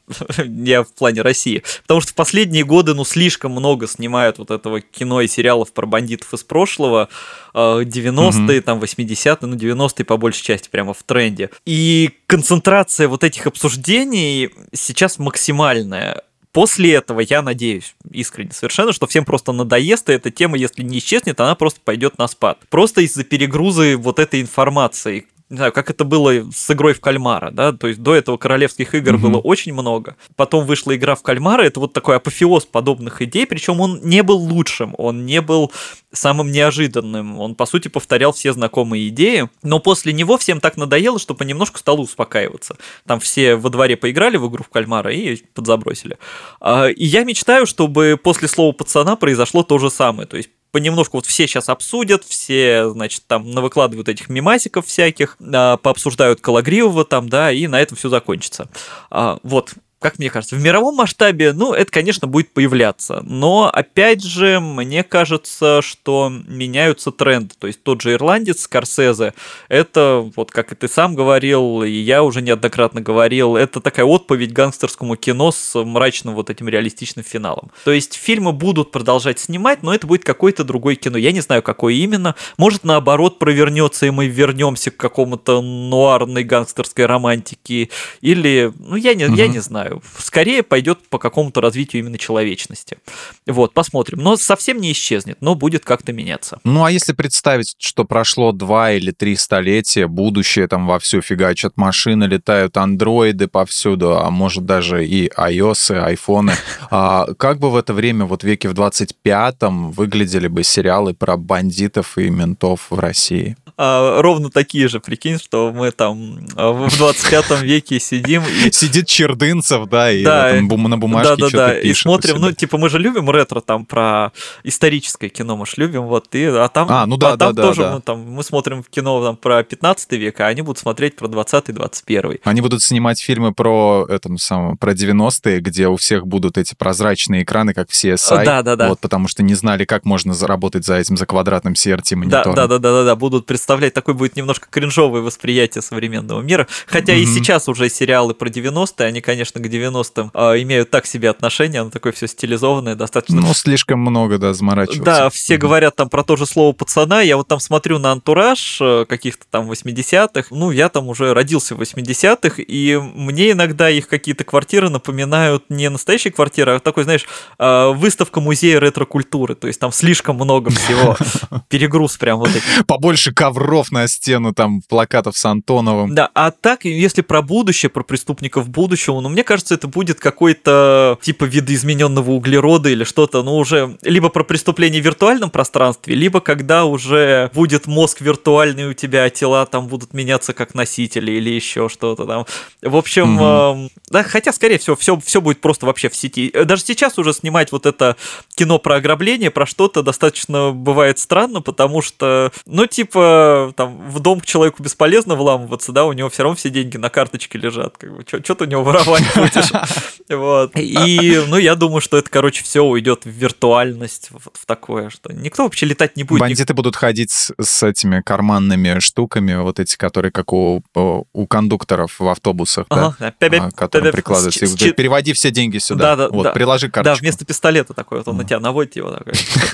Я в плане России. Потому что в последние годы, ну, слишком много снимают вот этого кино и сериалов про бандитов из прошлого. девяностые, там, восьмидесятые, ну, девяностые по большей части прямо в тренде. И концентрация вот этих обсуждений сейчас максимальная. После этого я надеюсь, искренне совершенно, что всем просто надоест, и эта тема, если не исчезнет, она просто пойдет на спад. Просто из-за перегруза вот этой информации. Не знаю, как это было с игрой в кальмара, да, то есть до этого королевских игр Мгм. было очень много, потом вышла игра в кальмара, это вот такой апофеоз подобных идей, причем он не был лучшим, он не был самым неожиданным, он, по сути, повторял все знакомые идеи, но после него всем так надоело, что понемножку стало успокаиваться. Там все во дворе поиграли в игру в кальмара и подзабросили. А, И я мечтаю, чтобы после «Слова пацана» произошло то же самое, то есть понемножку вот все сейчас обсудят, все, значит, там навыкладывают этих мемасиков всяких, а, пообсуждают Кологривого там, да, и на этом все закончится. А, Вот. Как мне кажется, в мировом масштабе, ну, это, конечно, будет появляться. Но, опять же, мне кажется, что меняются тренды. То есть тот же ирландец Скорсезе, это, вот как и ты сам говорил, и я уже неоднократно говорил, это такая отповедь гангстерскому кино с мрачным вот этим реалистичным финалом. То есть фильмы будут продолжать снимать, но это будет какое-то другое кино. Я не знаю, какое именно. Может, наоборот, провернется, и мы вернемся к какому-то нуарной гангстерской романтике. Или, ну, я не, я Мгм. не знаю. Скорее пойдет по какому-то развитию именно человечности. Вот, посмотрим. Но совсем не исчезнет, но будет как-то меняться. Ну, а если представить, что прошло два или три столетия, будущее там вовсю фигачат машины, летают андроиды повсюду, а может даже и iOS, и айфоны, а как бы в это время, вот в веке в двадцать пятом, выглядели бы сериалы про бандитов и ментов в России? А, ровно такие же, прикинь, что мы там а, в двадцать пятом веке сидим и... Сидит Чердынцев, да, и Да, в этом бум- на бумажке да, да, что-то да. пишет. И у смотрим, себя. ну, типа, мы же любим ретро, там, про историческое кино мы ж любим, вот, и, а там, А, ну да, а там да, да, тоже да. Мы, там, мы смотрим кино там, про пятнадцатый век, а они будут смотреть про двадцатый двадцать первый. Они будут снимать фильмы про, этом самом, про девяностые, где у всех будут эти прозрачные экраны, как в си эс ай. Да, да, да. Вот, потому что не знали, как можно заработать за этим, за квадратным си ар Да, ти-монитором. да, да, да, да, да, будут представлять, такое будет немножко кринжовое восприятие современного мира. Хотя и Мгм. сейчас уже сериалы про девяностые, они, конечно, к девяностым а, имеют так себе отношение, оно такое все стилизованное, достаточно. Ну, слишком много, да, заморачиваться. Да, все Мгм. говорят там про то же «Слово пацана», я вот там смотрю на антураж э, каких-то там восьмидесятых, ну, я там уже родился в восьмидесятых, и мне иногда их какие-то квартиры напоминают не настоящие квартиры, а такой, знаешь, э, выставка музея ретро-культуры, то есть там слишком много всего, перегруз прям вот этих. Побольше ковров на стену, там, плакатов с Антоновым. Да, а так, если про будущее, про преступников будущего, ну, мне кажется, это будет какой-то типа видоизмененного углерода или что-то, ну, уже либо про преступление в виртуальном пространстве, либо когда уже будет мозг виртуальный у тебя, а тела там будут меняться как носители или еще что-то там. В общем, Мгм. эм, да, хотя, скорее всего, все, все будет просто вообще в сети. Даже сейчас уже снимать вот это кино про ограбление, про что-то достаточно бывает странно, потому что, ну, типа, там, в дом к человеку бесполезно вламываться, да, у него все равно все деньги на карточке лежат, как бы, что ты у него воровать будешь? Вот. И, ну, я думаю, что это, короче, все уйдет в виртуальность, вот в такое, что никто вообще летать не будет. Бандиты будут ходить с, с этими карманными штуками, вот эти, которые как у, у кондукторов в автобусах, Ага, да, пя-пя- а, которые пя-пя- прикладываются. с- И с- чи- переводи все деньги сюда. Да, да, вот, да. приложи Да, карточку. вместо пистолета такой, вот он на Мгм. тебя наводит его, такой,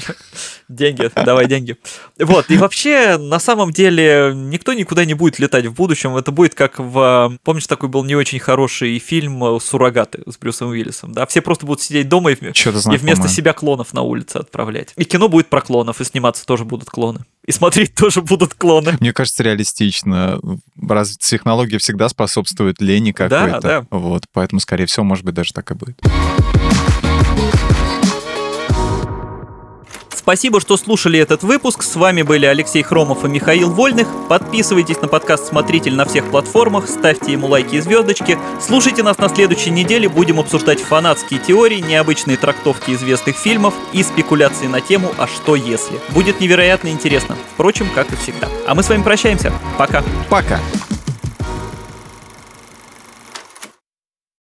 деньги, давай деньги. Вот, и вообще, на самом деле, никто никуда не будет летать в будущем, это будет как в... Помнишь, такой был не очень хороший фильм суррогаты с Брюсом Уиллисом, да, все просто будут сидеть дома и, и вместо себя клонов на улице отправлять. И кино будет про клонов, и сниматься тоже будут клоны. И смотреть тоже будут клоны. Мне кажется, реалистично. Разве технология всегда способствует лени какой-то? Да, да. Вот, поэтому, скорее всего, может быть, даже так и будет. Спасибо, что слушали этот выпуск. С вами были Алексей Хромов и Михаил Вольных. Подписывайтесь на подкаст «Смотритель» на всех платформах, ставьте ему лайки и звездочки. Слушайте нас на следующей неделе. Будем обсуждать фанатские теории, необычные трактовки известных фильмов и спекуляции на тему «А что если?». Будет невероятно интересно. Впрочем, как и всегда. А мы с вами прощаемся. Пока. Пока.